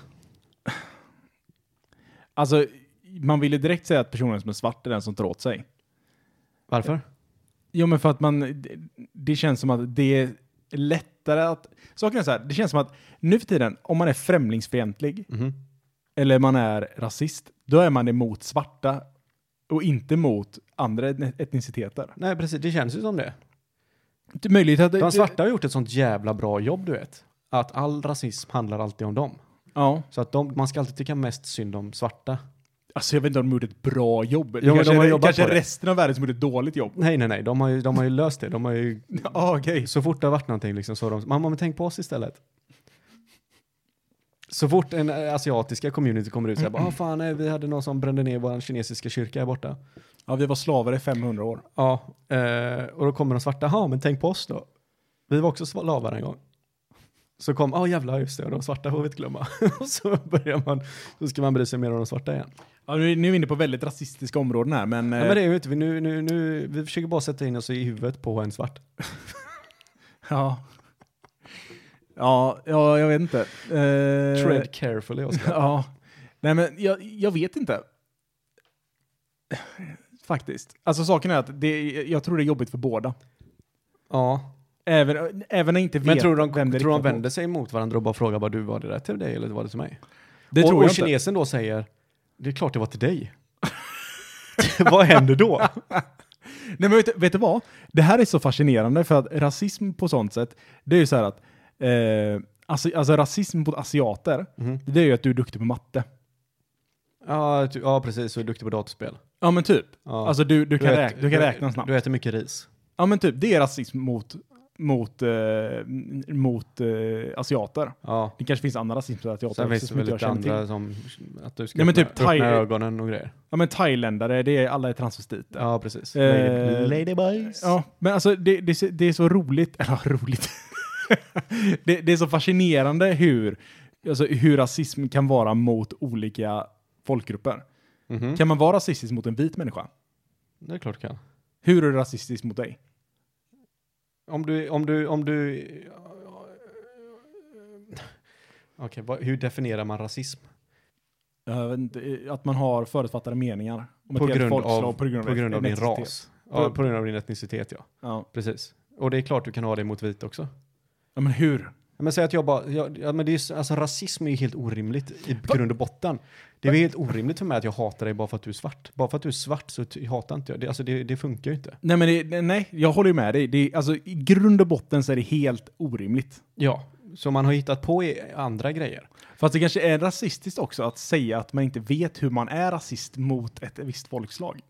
Speaker 1: Alltså, man vill ju direkt säga att personen som är svart är den som tar åt sig.
Speaker 2: Varför?
Speaker 1: Jo, men för att man, det, det känns som att det är lättare att, saken är så här, det känns som att nu för tiden, om man är främlingsfientlig
Speaker 2: Mhm.
Speaker 1: eller man är rasist, då är man emot svarta och inte mot andra etniciteter.
Speaker 2: Nej, precis. Det känns ju som det.
Speaker 1: Det är möjligt att...
Speaker 2: De svarta har gjort ett sånt jävla bra jobb, du vet. Att all rasism handlar alltid om dem.
Speaker 1: Ja.
Speaker 2: Så att de, man ska alltid tycka mest synd om svarta.
Speaker 1: Alltså jag vet inte om de gjort ett bra jobb. Det
Speaker 2: Jo, men
Speaker 1: kanske
Speaker 2: de har
Speaker 1: är-
Speaker 2: jobbat
Speaker 1: kanske
Speaker 2: på det.
Speaker 1: resten av världen som gjort ett dåligt jobb.
Speaker 2: Nej, nej, nej. De har ju, de har ju löst det. De har ju,
Speaker 1: Ja, okej.
Speaker 2: så fort det har varit någonting liksom, så har de... Mamma, men tänk på oss istället. Så fort en eh, asiatiska community kommer ut så här, bara, ah, fan, nej, vi hade någon som brände ner vår kinesiska kyrka här borta.
Speaker 1: Ja, vi var slavar i femhundra år.
Speaker 2: Ja, eh, och då kommer de svarta, ja, men tänk på oss då. Vi var också slavar en gång. Så kom, ja oh, jävlar, just det, och de svarta får vi inte glömma. Och så börjar man, så ska man bry sig mer om de svarta igen.
Speaker 1: Ja, nu, nu är vi inne på väldigt rasistiska områden här, men...
Speaker 2: Ja, men det är ju inte, vi, nu, nu, nu, vi försöker bara sätta in oss i huvudet på en svart.
Speaker 1: Ja. Ja, ja, jag vet inte. Eh,
Speaker 2: Tread carefully, Oskar.
Speaker 1: Ja. Nej, men jag, jag vet inte. Faktiskt. Alltså saken är att det, jag tror det är jobbigt för båda.
Speaker 2: Ja.
Speaker 1: Även, även när jag inte vet
Speaker 2: Men tror de,
Speaker 1: vem det
Speaker 2: tror de
Speaker 1: riktar
Speaker 2: vänder sig mot varandra och bara frågar vad du var det där till dig eller var det till mig?
Speaker 1: Det
Speaker 2: och,
Speaker 1: tror
Speaker 2: och
Speaker 1: jag inte.
Speaker 2: kinesen då säger, det är klart det var till dig. Vad händer då?
Speaker 1: Nej, men vet, vet du vad? Det här är så fascinerande för att rasism på sånt sätt, det är ju så här att eh, alltså, alltså rasism mot asiater,
Speaker 2: Mm.
Speaker 1: det är ju att du är duktig på matte.
Speaker 2: Ja, ty- ja, precis. Så är duktig på datorspel.
Speaker 1: Ja, men typ.
Speaker 2: Ja.
Speaker 1: Alltså du, du, kan,
Speaker 2: ät-
Speaker 1: räkna, du kan räkna snabbt.
Speaker 2: Du äter mycket ris.
Speaker 1: Ja, men typ. Det är rasism mot, mot, eh, mot eh, asiater.
Speaker 2: Ja.
Speaker 1: Det kanske finns andra rasism mot asiater.
Speaker 2: Sen
Speaker 1: också
Speaker 2: finns det
Speaker 1: som
Speaker 2: väl
Speaker 1: inte jag
Speaker 2: lite
Speaker 1: känner
Speaker 2: andra
Speaker 1: till.
Speaker 2: som att du ska
Speaker 1: Ja, men
Speaker 2: öppna,
Speaker 1: typ thai-
Speaker 2: öppna ögonen och grejer.
Speaker 1: Ja, men thailändare, det är, alla är transvestiter.
Speaker 2: Ja, precis.
Speaker 1: Eh,
Speaker 2: Lady, ladyboys.
Speaker 1: Ja, men alltså det, det, det är så roligt, eller roligt. det, det är så fascinerande hur, alltså, hur rasism kan vara mot olika folkgrupper.
Speaker 2: Mhm.
Speaker 1: Kan man vara rasistisk mot en vit människa?
Speaker 2: Det är klart du kan.
Speaker 1: Hur är det rasistiskt mot dig?
Speaker 2: Om du, om du, om du... Okej, vad- hur definierar man rasism?
Speaker 1: Jag vet inte, att man har förutfattade meningar om
Speaker 2: På
Speaker 1: ett helt
Speaker 2: grund
Speaker 1: folkslag
Speaker 2: av,
Speaker 1: på grund av,
Speaker 2: på grund av din
Speaker 1: etnicitet.
Speaker 2: ras. Ja, på grund av din etnicitet, ja.
Speaker 1: Ja.
Speaker 2: Precis. Och det är klart du kan ha det mot vit också.
Speaker 1: Ja, men hur?
Speaker 2: Ja, men säg att jag bara, jag, ja, men det är, ju så- alltså rasism är ju helt orimligt i grund och botten. Det är ju helt orimligt för mig att jag hatar dig bara för att du är svart. Bara för att du är svart så ty- hatar inte jag. Det, alltså det, det funkar ju inte.
Speaker 1: Nej, men det, nej, jag håller ju med dig. Det är, alltså, i grund och botten så är det helt orimligt.
Speaker 2: Ja, så man har hittat på i andra grejer.
Speaker 1: Fast det kanske är rasistiskt också att säga att man inte vet hur man är rasist mot ett visst folkslag.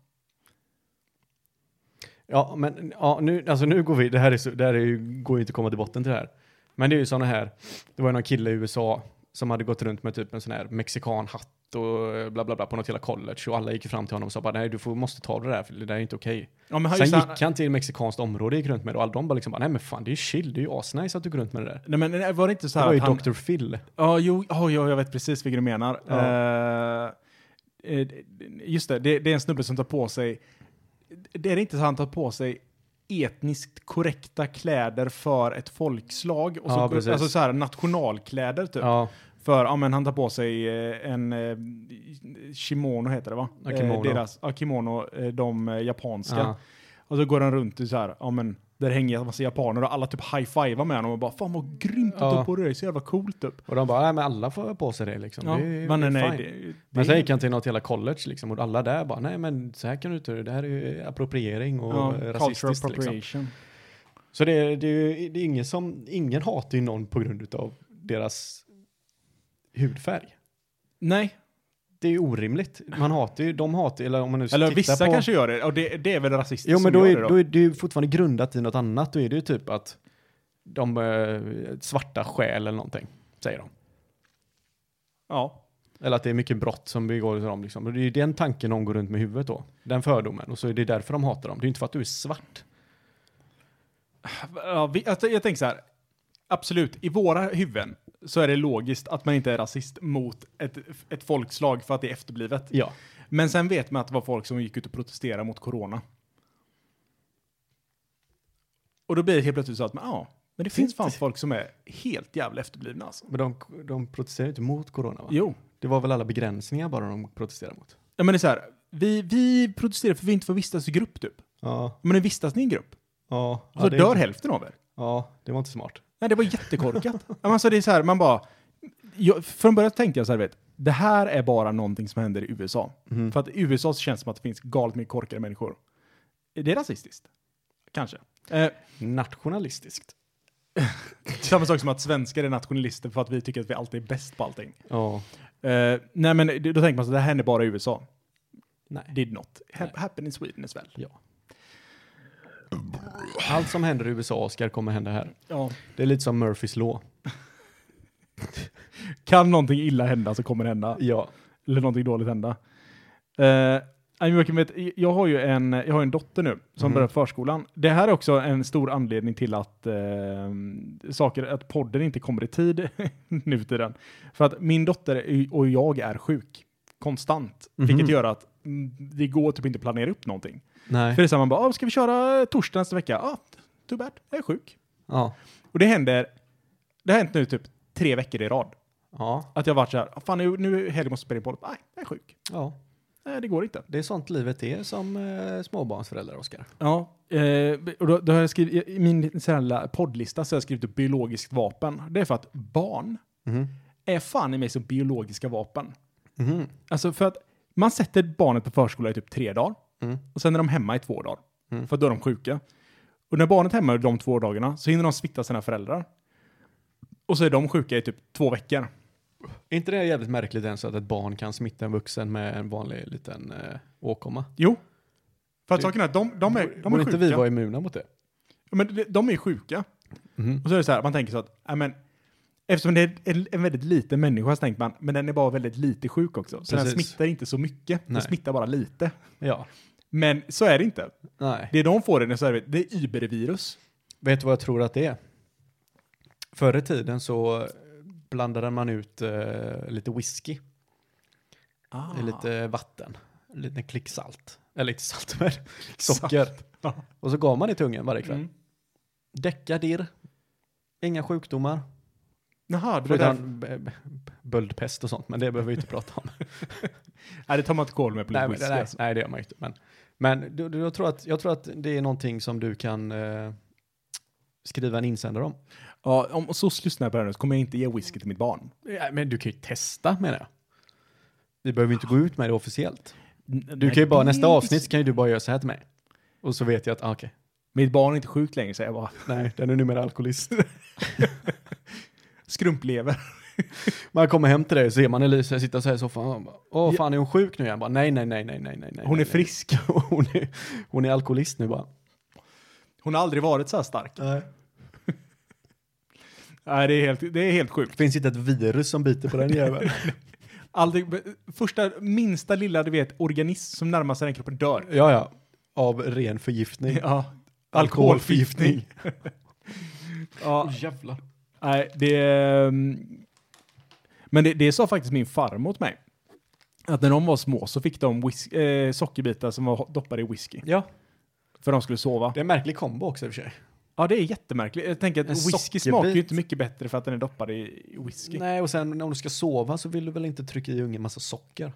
Speaker 2: Ja, men ja, nu, alltså nu går vi, det här, är så, det här är ju, går ju inte att komma till botten till det här. Men det är ju sådana här, det var ju någon kille i U S A som hade gått runt med typ en sån här mexikanhatt och bla bla bla på något hela college och alla gick ju fram till honom och sa bara nej du får, måste ta det där för det där är inte okej.
Speaker 1: Ja, men
Speaker 2: Sen
Speaker 1: just
Speaker 2: gick
Speaker 1: han-
Speaker 2: han till mexikanskt område och gick runt med det och alla de bara liksom bara, nej men fan det är ju chill, det är ju asnice att du går runt med det där.
Speaker 1: Nej, men nej, var det inte så
Speaker 2: Det
Speaker 1: här
Speaker 2: var ju
Speaker 1: att han...
Speaker 2: doktor Phil.
Speaker 1: Ja, jo, oh, ja, jag vet precis vilket du menar.
Speaker 2: Ja.
Speaker 1: Eh, eh, just det, det, det är en snubbe som tar på sig... Det är inte så att han tar på sig etniskt korrekta kläder för ett folkslag. Och så,
Speaker 2: Ja, precis.
Speaker 1: alltså så här nationalkläder typ.
Speaker 2: Ja,
Speaker 1: För ja, men han tar på sig eh, en eh, kimono heter det va?
Speaker 2: Ja, kimono.
Speaker 1: Eh, deras, ja, kimono, eh, de eh, japanska.
Speaker 2: ja.
Speaker 1: Och så går han runt i så här, ja men där hänger en massa japaner och alla typ high-fivar med honom och bara fan vad grymt att
Speaker 2: Ja.
Speaker 1: du har på dig, så jävla coolt typ.
Speaker 2: Och de bara, nej men alla får på sig det liksom.
Speaker 1: Ja,
Speaker 2: det är,
Speaker 1: men
Speaker 2: det är
Speaker 1: nej,
Speaker 2: fine.
Speaker 1: det, det,
Speaker 2: Men sen gick han till något hela college liksom och alla där bara, nej men så här kan du inte, det här är ju appropriering och
Speaker 1: ja,
Speaker 2: eh,
Speaker 1: cultural
Speaker 2: rasistiskt liksom.
Speaker 1: appropriation.
Speaker 2: Så det, är- det, är ju- det är ingen som, ingen hatar ju någon på grund av deras hudfärg.
Speaker 1: Nej,
Speaker 2: Det är ju orimligt. Man hatar ju, de hatar eller om man nu
Speaker 1: eller
Speaker 2: tittar
Speaker 1: vissa
Speaker 2: på,
Speaker 1: kanske gör det, och det, det är väl rasistiskt
Speaker 2: Jo men
Speaker 1: som
Speaker 2: då
Speaker 1: gör
Speaker 2: är,
Speaker 1: det
Speaker 2: då är det ju fortfarande grundat i något annat. Då är det ju typ att de eh, svarta skäl eller någonting, säger de.
Speaker 1: Ja.
Speaker 2: Eller att det är mycket brott som begår dem liksom. Och det är ju den tanken de går runt med i huvudet då. Den fördomen. Och så är det därför de hatar dem. Det är ju inte för att du är svart.
Speaker 1: Ja, vi, alltså, jag tänker så här, absolut, i våra huvuden så är det logiskt att man inte är rasist mot ett, ett folkslag för att det är efterblivet.
Speaker 2: Ja.
Speaker 1: Men sen vet man att det var folk som gick ut och protesterade mot corona. Och då blir det helt plötsligt så att, men, ja, men det finns fan folk som är helt jävla efterblivna alltså.
Speaker 2: Men de, de protesterar inte mot corona va?
Speaker 1: Jo.
Speaker 2: Det var väl alla begränsningar bara de protesterade mot?
Speaker 1: Ja, men det är så här, vi, vi protesterar för vi inte får vistas i grupp typ.
Speaker 2: Ja.
Speaker 1: Men nu vistas ni i en grupp.
Speaker 2: Ja.
Speaker 1: Och så
Speaker 2: det är
Speaker 1: dör
Speaker 2: inte-
Speaker 1: hälften av er.
Speaker 2: Ja, det var inte smart.
Speaker 1: Nej, det var jättekorkat. Ja, men alltså, det är så här, man bara... Jag, från början tänkte jag så här, vet, det här är bara någonting som händer i U S A.
Speaker 2: Mhm.
Speaker 1: För att i U S A så känns det som att det finns galet mycket korkade människor. Är det rasistiskt? Kanske. Eh,
Speaker 2: Nationalistiskt.
Speaker 1: samma sak som att svenskar är nationalister för att vi tycker att vi alltid är bäst på allting.
Speaker 2: Ja.
Speaker 1: Eh, nej, men då tänker man så att det här händer bara i U S A.
Speaker 2: Nej.
Speaker 1: Did not. Ha-
Speaker 2: Nej.
Speaker 1: happen in Sweden as well.
Speaker 2: Ja. Allt som händer i U S A, Oskar, kommer hända här.
Speaker 1: Ja.
Speaker 2: Det är lite som Murphys law.
Speaker 1: Kan någonting illa hända så kommer det hända.
Speaker 2: Ja.
Speaker 1: Eller någonting dåligt hända. Eh, jag, vet, jag har ju en, jag har en dotter nu som
Speaker 2: Mhm.
Speaker 1: börjar förskolan. Det här är också en stor anledning till att eh, saker, att podden inte kommer i tid nu till den. För att min dotter och jag är sjuk konstant.
Speaker 2: Mhm.
Speaker 1: Vilket gör att mm, det går typ inte att planera upp någonting.
Speaker 2: Nej.
Speaker 1: För det är så här, man bara, ah, ska vi köra torsdag nästa vecka? Ja, ah, too bad, jag är sjuk.
Speaker 2: Ja.
Speaker 1: Och det händer, det har hänt nu typ tre veckor i rad.
Speaker 2: Ja.
Speaker 1: Att jag har varit så här, ah, fan nu, nu är helgen måste spela in på. Nej, jag är sjuk.
Speaker 2: Ja.
Speaker 1: Nej, det går inte.
Speaker 2: Det är sånt livet är som eh, småbarnsföräldrar, Oskar.
Speaker 1: Ja, eh, och då, då har jag skrivit, i min sån poddlista så har jag skrivit upp biologiskt vapen. Det är för att barn
Speaker 2: Mhm.
Speaker 1: är fan i mig som biologiska vapen.
Speaker 2: Mhm.
Speaker 1: Alltså för att man sätter barnet på förskola i typ tre dagar
Speaker 2: Mm.
Speaker 1: och sen är de hemma i två dagar.
Speaker 2: Mm.
Speaker 1: För då är de sjuka. Och när barnet är hemma de två dagarna så hinner de smitta sina föräldrar. Och så är de sjuka i typ två veckor.
Speaker 2: Är inte det jävligt märkligt ens att ett barn kan smitta en vuxen med en vanlig liten eh, åkomma?
Speaker 1: Jo. För att
Speaker 2: Det-
Speaker 1: saken är att de, de är, de är
Speaker 2: Borde
Speaker 1: sjuka.
Speaker 2: inte vi vara immuna mot det?
Speaker 1: Ja, men de, de är sjuka.
Speaker 2: Mm.
Speaker 1: Och så är det så här, man tänker så att, ja, men, eftersom det är en, en väldigt liten människa så tänker man, men den är bara väldigt lite sjuk också. Så
Speaker 2: Precis.
Speaker 1: den smittar inte så mycket. Den
Speaker 2: Nej.
Speaker 1: smittar bara lite.
Speaker 2: Ja.
Speaker 1: Men så är det inte.
Speaker 2: Nej.
Speaker 1: Det de får är, så här, det är Uber-virus.
Speaker 2: Vet du vad jag tror att det är? Förr i tiden så blandade man ut eh, lite whisky.
Speaker 1: Ah.
Speaker 2: Lite vatten. En liten klick salt. Eller inte salt, men socker.
Speaker 1: Ja.
Speaker 2: Och så gav man i tungen varje kväll.
Speaker 1: Mm.
Speaker 2: Däcka, dirr. Inga sjukdomar.
Speaker 1: Jaha, det var därför.
Speaker 2: Förutom b- b- böldpest och sånt, men det behöver vi inte prata om.
Speaker 1: Nej, det tar man inte koll med på
Speaker 2: nej, men,
Speaker 1: whisky.
Speaker 2: nej,
Speaker 1: Alltså.
Speaker 2: nej, det gör man ju inte. Men, men du, du, jag, tror att, jag tror att det är någonting som du kan eh, skriva en insändare om.
Speaker 1: Ja, om så lyssnar jag på det här så kommer jag inte ge whisky till mitt barn.
Speaker 2: Ja, men du kan ju testa, menar jag. Vi behöver inte gå ut med det officiellt. Du
Speaker 1: Nej,
Speaker 2: kan ju bara,
Speaker 1: det-
Speaker 2: nästa avsnitt kan ju du bara göra så här till mig. Och så vet jag att, ah, okej.
Speaker 1: Mitt barn är inte sjukt längre, säger jag bara.
Speaker 2: Nej, den är numera alkoholist.
Speaker 1: Skrumplever.
Speaker 2: Man kommer hem till dig och ser man Elisa sitta så här i soffan. Och bara, åh, fan är hon sjuk nu? Jag bara, nej, nej, nej, nej, nej, nej.
Speaker 1: Hon är
Speaker 2: nej,
Speaker 1: frisk.
Speaker 2: nej. hon, är, hon är alkoholist nu bara.
Speaker 1: Hon har aldrig varit så här stark.
Speaker 2: Nej.
Speaker 1: Nej, det är helt, det är helt sjukt.
Speaker 2: Det finns inte ett virus som biter på den jäveln.
Speaker 1: Aldrig, första, minsta lilla, du vet, organism som närmar sig den kroppen dör.
Speaker 2: Ja, ja. Av ren förgiftning.
Speaker 1: Ja.
Speaker 2: Alkoholförgiftning.
Speaker 1: Ja,
Speaker 2: Åh, jävlar.
Speaker 1: nej, det är... Men det, det sa faktiskt min farmor till mig. Att när de var små så fick de whis- eh, sockerbitar som var doppade i whisky.
Speaker 2: Ja.
Speaker 1: För de skulle sova.
Speaker 2: Det är en märklig kombo också i och för sig.
Speaker 1: Ja, det är jättemärkligt. Jag tänker att
Speaker 2: En
Speaker 1: whisky
Speaker 2: sockerbit.
Speaker 1: smakar ju inte mycket bättre för att den är doppad i, i whisky.
Speaker 2: Nej, och sen om du ska sova så vill du väl inte trycka i ungen massa socker?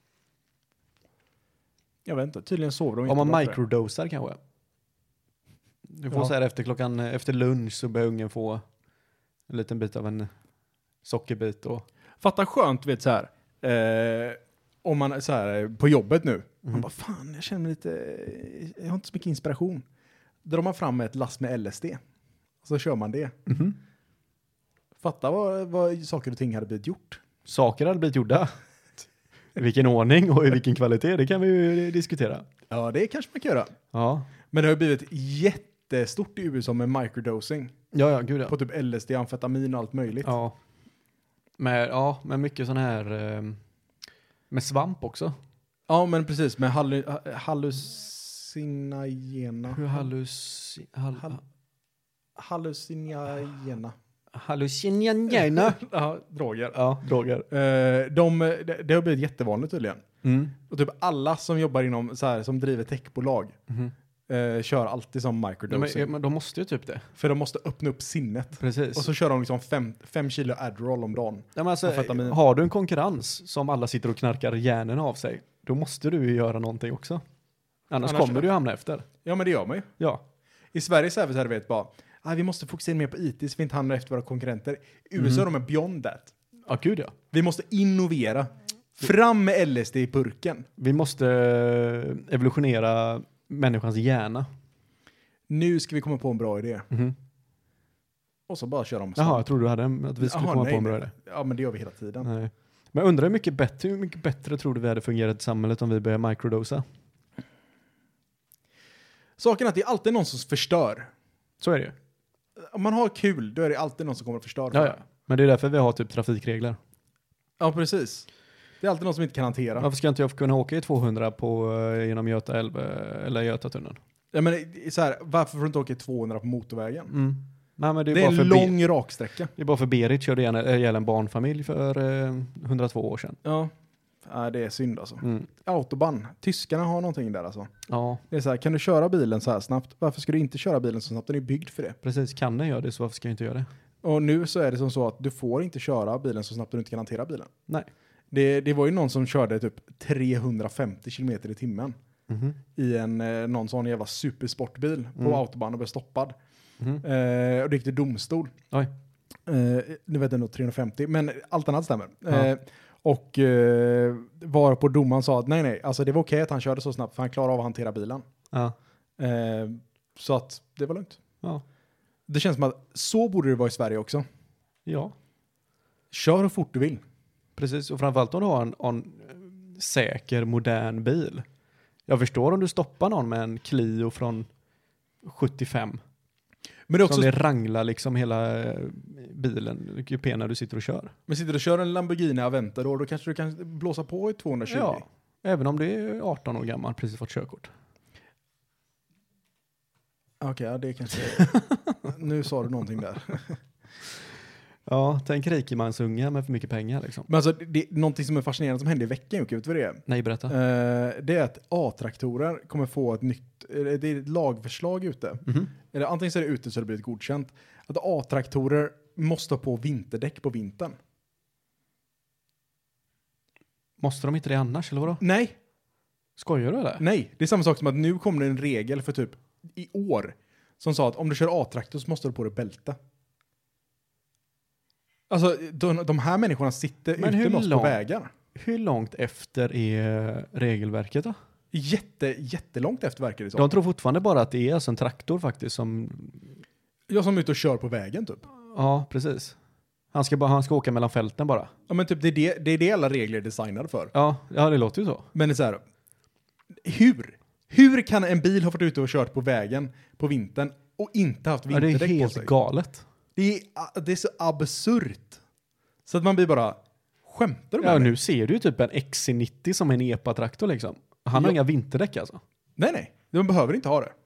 Speaker 1: Jag vet inte, tydligen sover de
Speaker 2: Om
Speaker 1: inte
Speaker 2: man
Speaker 1: bra för det.
Speaker 2: microdosar kanske. Du får
Speaker 1: Ja.
Speaker 2: så här efter klockan, efter lunch så börjar ungen få en liten bit av en sockerbit och...
Speaker 1: Fatta skönt, vet så här. Eh, om man är så här på jobbet nu. Man
Speaker 2: Mhm.
Speaker 1: bara, fan, jag känner mig lite... Jag har inte så mycket inspiration. Drar man fram ett lass med L S D. Och så kör man det.
Speaker 2: Mhm.
Speaker 1: Fatta vad, vad saker och ting hade blivit gjort.
Speaker 2: Saker hade blivit gjorda. I vilken ordning och i vilken kvalitet, det kan vi ju diskutera.
Speaker 1: Ja, det kanske man kan göra.
Speaker 2: Ja,
Speaker 1: Men det har ju blivit jättestort i U S A med microdosing.
Speaker 2: ja, ja gud ja.
Speaker 1: På typ L S D, amfetamin och allt möjligt.
Speaker 2: Ja. Med, ja, med mycket sån här... Eh, med svamp också.
Speaker 1: Ja, men precis. Med hallu- hallucinagena.
Speaker 2: Hur hallus... Hall,
Speaker 1: Hall- hallucinagena.
Speaker 2: hallucinogena.
Speaker 1: Ja, droger.
Speaker 2: Ja, droger.
Speaker 1: Eh, de, det, det har blivit jättevanligt tydligen.
Speaker 2: Mm.
Speaker 1: Och typ alla som jobbar inom så här, som driver techbolag
Speaker 2: Mhm.
Speaker 1: eh, kör alltid som
Speaker 2: Ja,
Speaker 1: microdosing.
Speaker 2: men, men de måste ju typ det.
Speaker 1: För de måste öppna upp sinnet.
Speaker 2: Precis.
Speaker 1: Och så kör de liksom fem, fem kilo Adderall om dagen.
Speaker 2: Ja, men alltså,
Speaker 1: amfetamin.
Speaker 2: har du en konkurrens som alla sitter och knarkar hjärnan av sig, då måste du ju göra någonting också. Annars,
Speaker 1: Annars-
Speaker 2: kommer du ju hamna efter.
Speaker 1: Ja, men det gör man ju.
Speaker 2: Ja.
Speaker 1: I Sverige så är vi så här, du vet, bara, ah, vi måste fokusera mer på I T så vi inte hamnar efter våra konkurrenter. I U S A
Speaker 2: Mm.
Speaker 1: de är beyond that.
Speaker 2: Ja, gud ja.
Speaker 1: Vi måste innovera. Fram med L S D i burken.
Speaker 2: Vi måste eh, evolutionera människans hjärna.
Speaker 1: Nu ska vi komma på en bra idé.
Speaker 2: Mhm.
Speaker 1: Och så bara köra om.
Speaker 2: Jaha, jag tror du hade en, att vi skulle
Speaker 1: Jaha,
Speaker 2: komma
Speaker 1: nej,
Speaker 2: på en bra
Speaker 1: nej.
Speaker 2: idé.
Speaker 1: Ja, men det gör vi hela tiden.
Speaker 2: Nej. Men jag undrar hur mycket bättre, hur mycket bättre tror du vi hade fungerat i samhället om vi började microdosa?
Speaker 1: Saken är att det är alltid någon som förstör.
Speaker 2: Så är det ju.
Speaker 1: Om man har kul, då är det alltid någon som kommer att förstöra.
Speaker 2: Ja, ja. Men det är därför vi har typ trafikregler.
Speaker 1: Ja, precis. Det är alltid någon som inte kan hantera.
Speaker 2: Varför ska inte jag kunna åka i tvåhundra på, eh, genom Göta älv eh, eller Götatunneln?
Speaker 1: Ja, men det är så här, varför får du inte åka i tvåhundra på motorvägen?
Speaker 2: Mm. Nej, men det är,
Speaker 1: Det är
Speaker 2: bara
Speaker 1: en
Speaker 2: för
Speaker 1: lång
Speaker 2: Be-
Speaker 1: raksträcka.
Speaker 2: det är bara för Berit körde ihjäl en, ihjäl en barnfamilj för eh, hundratvå år sedan.
Speaker 1: Ja. Ja, det är synd alltså.
Speaker 2: Mm.
Speaker 1: Autobahn. Tyskarna har någonting där alltså.
Speaker 2: Ja,
Speaker 1: Det är så här, kan du köra bilen så här snabbt? Varför ska du inte köra bilen så snabbt? Den är byggd för det.
Speaker 2: precis. Kan den göra det så varför ska jag inte göra det?
Speaker 1: Och nu så är det som så att du får inte köra bilen så snabbt att du inte kan hantera bilen.
Speaker 2: Nej.
Speaker 1: Det, det var ju någon som körde typ trehundrafemtio kilometer i timmen
Speaker 2: Mhm.
Speaker 1: i en eh, någon sån jävla supersportbil på
Speaker 2: Mm.
Speaker 1: autobahn och blev stoppad.
Speaker 2: Mhm.
Speaker 1: Eh, och det gick till domstol.
Speaker 2: Oj.
Speaker 1: Eh, nu vet jag nog trehundrafemtio, men allt annat stämmer.
Speaker 2: Ja.
Speaker 1: Eh, och eh, var på domaren sa att nej, nej, alltså det var okej att han körde så snabbt för han klarade av att hantera bilen.
Speaker 2: Ja.
Speaker 1: Eh, så att det var lugnt.
Speaker 2: Ja.
Speaker 1: Det känns som att så borde det vara i Sverige också.
Speaker 2: Ja.
Speaker 1: Kör hur fort du vill.
Speaker 2: Precis, och framförallt om du har en, en säker, modern bil. Jag förstår om du stoppar någon med en Clio från sjuttiofem.
Speaker 1: Men det är också...
Speaker 2: Som det ranglar liksom hela bilen, kupén när du sitter och kör.
Speaker 1: Men sitter du och kör en Lamborghini Aventador, då kanske du kan blåsa på i tvåhundratjugo.
Speaker 2: Ja, även om du är arton år gammal, precis fått körkort.
Speaker 1: Okej, okay, ja, det är kanske... Nu sa du någonting där.
Speaker 2: Ja, tänk rikemansunga med för mycket pengar liksom.
Speaker 1: Men alltså, det är någonting som är fascinerande som hände i veckan, Jocke, vet du vad det är?
Speaker 2: Nej, berätta.
Speaker 1: Uh, det är att A-traktorer kommer få ett nytt, det är ett lagförslag ute. Mm-hmm. Eller antingen så är det ute så det blir ett godkänt. Att A-traktorer måste ha på vinterdäck på vintern.
Speaker 2: Måste de inte det annars, eller vadå?
Speaker 1: Nej.
Speaker 2: Skojar du eller?
Speaker 1: Nej, det är samma sak som att nu kommer det en regel för typ i år som sa att om du kör A-traktor så måste du på dig bälte. Alltså, de, de här människorna sitter
Speaker 2: Men
Speaker 1: ute med oss
Speaker 2: lång,
Speaker 1: på vägar.
Speaker 2: Hur långt efter är regelverket då?
Speaker 1: Jätte, jättelångt efter verkar det så.
Speaker 2: De tror fortfarande bara att det är alltså en traktor faktiskt som...
Speaker 1: Jag som är ute och kör på vägen typ.
Speaker 2: Ja, precis. Han ska, bara, han ska åka mellan fälten bara.
Speaker 1: Ja, men typ det är det, det är det alla regler är designade för.
Speaker 2: Ja, ja, det låter ju så.
Speaker 1: Men det är så här, hur? Hur kan en bil ha varit ute och kört på vägen på vintern och inte haft vinterdäck på sig?
Speaker 2: Ja, det är helt galet.
Speaker 1: Det är, det är så absurt. Så att man blir bara, skämtar du med
Speaker 2: Ja,
Speaker 1: mig?
Speaker 2: nu ser du ju typ en X C nittio som en E P A-traktor liksom. Han
Speaker 1: ja.
Speaker 2: har inga vinterdäck alltså.
Speaker 1: Nej, nej. De behöver inte ha det.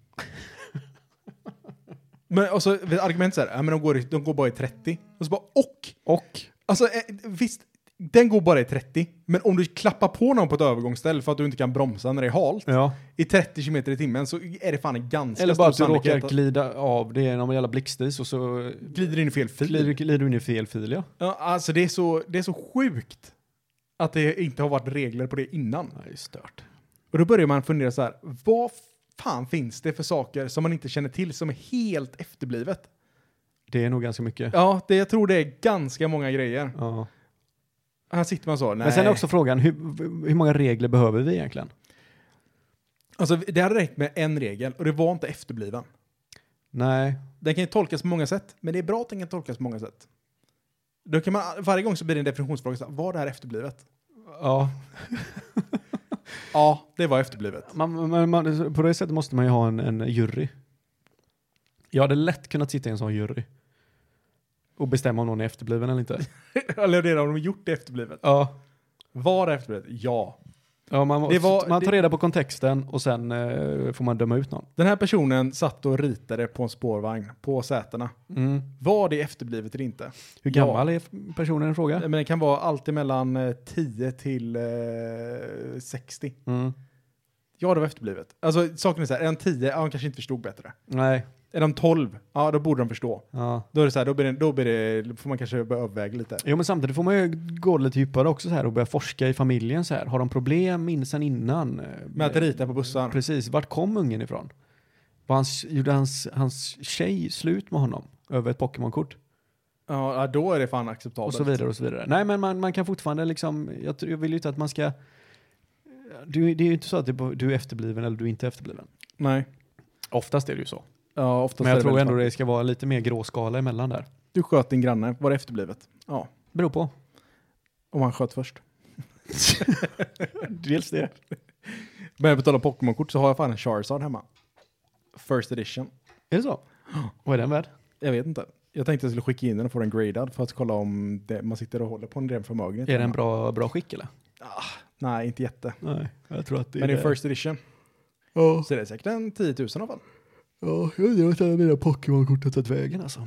Speaker 1: Men alltså, argumentet är, ja, men de går, i, de går bara i trettio. Och så bara, och!
Speaker 2: Och?
Speaker 1: Alltså, visst, den går bara i trettio. Men om du klappar på någon på ett övergångsställe för att du inte kan bromsa när det är halt.
Speaker 2: Ja.
Speaker 1: I trettio kilometer i timmen så är det fan en ganska
Speaker 2: eller bara att
Speaker 1: stor
Speaker 2: du råkar
Speaker 1: att...
Speaker 2: glida av, det är någon jävla blixtis och så...
Speaker 1: Glider in i fel fil.
Speaker 2: Glider, glider du in i fel fil, ja.
Speaker 1: Ja, alltså det är, så, det är så sjukt att det inte har varit regler på det innan.
Speaker 2: Ja, det är stört.
Speaker 1: Och då börjar man fundera så här, vad fan finns det för saker som man inte känner till som är helt efterblivet?
Speaker 2: Det är nog ganska mycket.
Speaker 1: Ja, det, jag tror det är ganska många grejer.
Speaker 2: Ja.
Speaker 1: Här sitter man så, nej.
Speaker 2: Men sen är också frågan, hur, hur många regler behöver vi egentligen?
Speaker 1: Alltså det hade räckt med en regel och det var inte efterbliven.
Speaker 2: Nej.
Speaker 1: Den kan ju tolkas på många sätt, men det är bra att den kan tolkas på många sätt. Då kan man, varje gång så blir det en definitionsfråga, så, var det här efterblivet?
Speaker 2: Ja.
Speaker 1: Ja, det var efterblivet.
Speaker 2: Man, man, man, på det sättet måste man ju ha en, en jury. Jag hade lätt kunnat sitta i en sån jury. Och bestämma om någon är efterbliven eller inte.
Speaker 1: Eller det har de gjort det efterblivet.
Speaker 2: Ja.
Speaker 1: Var det efterblivet? Ja.
Speaker 2: Ja, man,
Speaker 1: Det var-
Speaker 2: man tar
Speaker 1: det-
Speaker 2: reda på kontexten och sen eh, får man döma ut någon.
Speaker 1: Den här personen satt och ritade på en spårvagn på sätena.
Speaker 2: Mm.
Speaker 1: Var det efterblivet eller inte?
Speaker 2: Hur gammal är personen i fråga?
Speaker 1: Men det kan vara alltid mellan eh, tio till eh, sextio.
Speaker 2: Mm.
Speaker 1: Ja, det var efterblivet. Alltså, saken är så här, är de tio? Ja, de kanske inte förstod bättre.
Speaker 2: Nej.
Speaker 1: Är de tolv? Ja, då borde de förstå.
Speaker 2: Ja.
Speaker 1: Då är det så här, då, blir det, då blir det, får man kanske börja överväga lite.
Speaker 2: Jo, men samtidigt får man ju gå lite djupare också så här och börja forska i familjen så här. Har de problem in sen innan?
Speaker 1: Med att rita på bussar.
Speaker 2: Precis. Vart kom ungen ifrån? Var hans, gjorde hans, hans tjej slut med honom över ett Pokémon-kort?
Speaker 1: Ja, ja, då är det fan acceptabelt.
Speaker 2: Och så vidare och så vidare. Nej, men man, man kan fortfarande liksom, jag, tror- jag vill ju inte att man ska, du, det är ju inte så att det, är- du är efterbliven eller du är inte efterbliven.
Speaker 1: Nej.
Speaker 2: Oftast är det ju så.
Speaker 1: Ja, oftast
Speaker 2: Men
Speaker 1: är
Speaker 2: jag
Speaker 1: det
Speaker 2: tror
Speaker 1: väldigt
Speaker 2: ändå
Speaker 1: svart.
Speaker 2: det ska vara lite mer gråskala emellan där.
Speaker 1: Du sköt din granne, var det efterblivet? Ja,
Speaker 2: Beror på.
Speaker 1: om han sköt först.
Speaker 2: Dels det.
Speaker 1: Men på tal om Pokémon-kort så har jag fan en Charizard hemma. First edition.
Speaker 2: Är det så? Vad är den värd?
Speaker 1: Jag vet inte. Jag tänkte jag skulle skicka in den och få den gradad för att kolla om det, man sitter och håller på en ren förmögenhet.
Speaker 2: Är den
Speaker 1: hemma.
Speaker 2: bra, bra skick eller?
Speaker 1: Ah, nej, inte jätte.
Speaker 2: Nej, jag tror att det
Speaker 1: Men det
Speaker 2: är
Speaker 1: är first edition.
Speaker 2: Ja,
Speaker 1: Så det är säkert en tio tusen i alla fall.
Speaker 2: ja, jag undrar vart alla mina Pokémon-kort har tagit vägen alltså.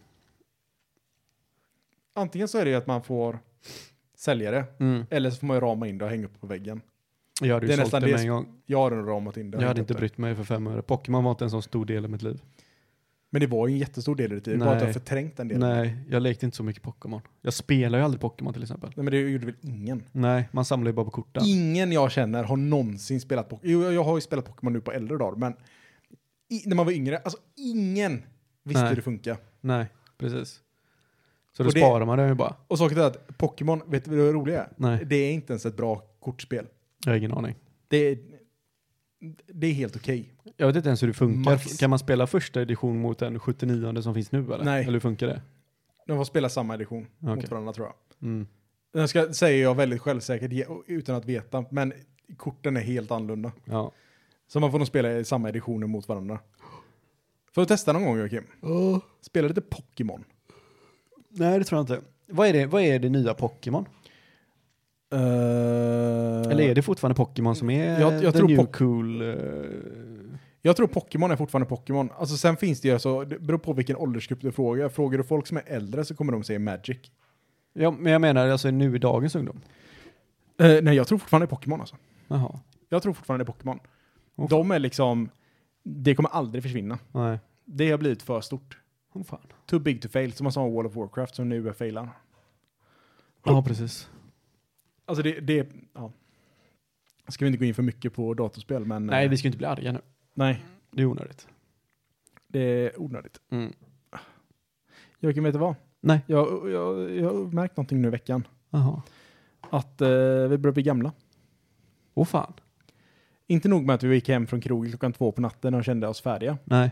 Speaker 1: Antingen så är det ju att man får sälja det.
Speaker 2: Mm.
Speaker 1: Eller så får man ju rama in det och hänga upp på väggen.
Speaker 2: Jag hade
Speaker 1: Det
Speaker 2: ju
Speaker 1: är
Speaker 2: sålt
Speaker 1: nästan
Speaker 2: det
Speaker 1: det
Speaker 2: med en
Speaker 1: som-
Speaker 2: gång.
Speaker 1: Jag har nog ramat in det. och
Speaker 2: Jag
Speaker 1: hängt
Speaker 2: hade
Speaker 1: upp
Speaker 2: inte
Speaker 1: det.
Speaker 2: brytt mig för fem öre. Pokémon var inte en sån stor del av mitt liv.
Speaker 1: Men det var ju en jättestor del i det. Det är bara
Speaker 2: Nej.
Speaker 1: att jag har förträngt den delen.
Speaker 2: Nej, jag lekte inte så mycket Pokémon. Jag spelar ju aldrig Pokémon till exempel.
Speaker 1: Nej, men det gjorde väl ingen.
Speaker 2: Nej, man samlar ju bara på korten.
Speaker 1: Ingen jag känner har någonsin spelat Pokémon. Jo, jag har ju spelat Pokémon nu på äldre dagar, men i, när man var yngre, alltså ingen visste
Speaker 2: Nej.
Speaker 1: hur det funkar.
Speaker 2: Nej, precis. Så då
Speaker 1: Och det-
Speaker 2: sparar man det ju bara.
Speaker 1: Och saken är att Pokémon, vet du vad det roliga är?
Speaker 2: Nej.
Speaker 1: Det är inte ens ett bra kortspel.
Speaker 2: Jag har ingen aning.
Speaker 1: Det är, det är helt okej.
Speaker 2: Jag vet inte ens hur det funkar.
Speaker 1: Max.
Speaker 2: Kan man spela första edition mot den sjuttionionde som finns nu eller?
Speaker 1: Nej.
Speaker 2: Eller hur funkar det?
Speaker 1: De får spela samma edition
Speaker 2: Okej.
Speaker 1: mot varandra tror jag.
Speaker 2: Mm.
Speaker 1: Den ska säger jag väldigt självsäkert ge- utan att veta, men korten är helt annorlunda.
Speaker 2: Ja.
Speaker 1: Så man får nog spela i samma editioner mot varandra. Får du testa någon gång, Joakim?
Speaker 2: Uh.
Speaker 1: Spela lite Pokémon.
Speaker 2: Nej, det tror jag inte. Vad är det, vad är det nya Pokémon?
Speaker 1: Uh,
Speaker 2: Eller är det fortfarande Pokémon som är
Speaker 1: Jag- jag
Speaker 2: the
Speaker 1: tror
Speaker 2: new
Speaker 1: Pok-
Speaker 2: cool? Uh...
Speaker 1: Jag tror Pokémon är fortfarande Pokémon. Alltså sen finns det ju så, det beror på vilken åldersgrupp du frågar. Frågar du folk som är äldre så kommer de säga Magic.
Speaker 2: Ja, men jag menar alltså nu i dagens ungdom.
Speaker 1: Uh, nej, jag tror fortfarande det är Pokémon alltså.
Speaker 2: Jaha.
Speaker 1: Jag tror fortfarande det är Pokémon.
Speaker 2: Oh.
Speaker 1: De är liksom, det kommer aldrig försvinna.
Speaker 2: Nej.
Speaker 1: Det har blivit för stort.
Speaker 2: Oh, fan.
Speaker 1: Too big to fail, som man sa i World of Warcraft som nu är failar.
Speaker 2: Ja, precis.
Speaker 1: Alltså det, det ja. Ska vi inte gå in för mycket på datorspel, men...
Speaker 2: Nej,
Speaker 1: eh,
Speaker 2: vi ska inte bli arga nu.
Speaker 1: Nej,
Speaker 2: Det är onödigt.
Speaker 1: det är onödigt.
Speaker 2: Mm.
Speaker 1: Joakim, vet du vad?
Speaker 2: Nej.
Speaker 1: Jag, jag, jag har märkt någonting nu i veckan.
Speaker 2: Jaha.
Speaker 1: Att eh, vi börjar bli gamla.
Speaker 2: Åh fan.
Speaker 1: Inte nog med att vi gick hem från krogen klockan två på natten och kände oss färdiga.
Speaker 2: Nej.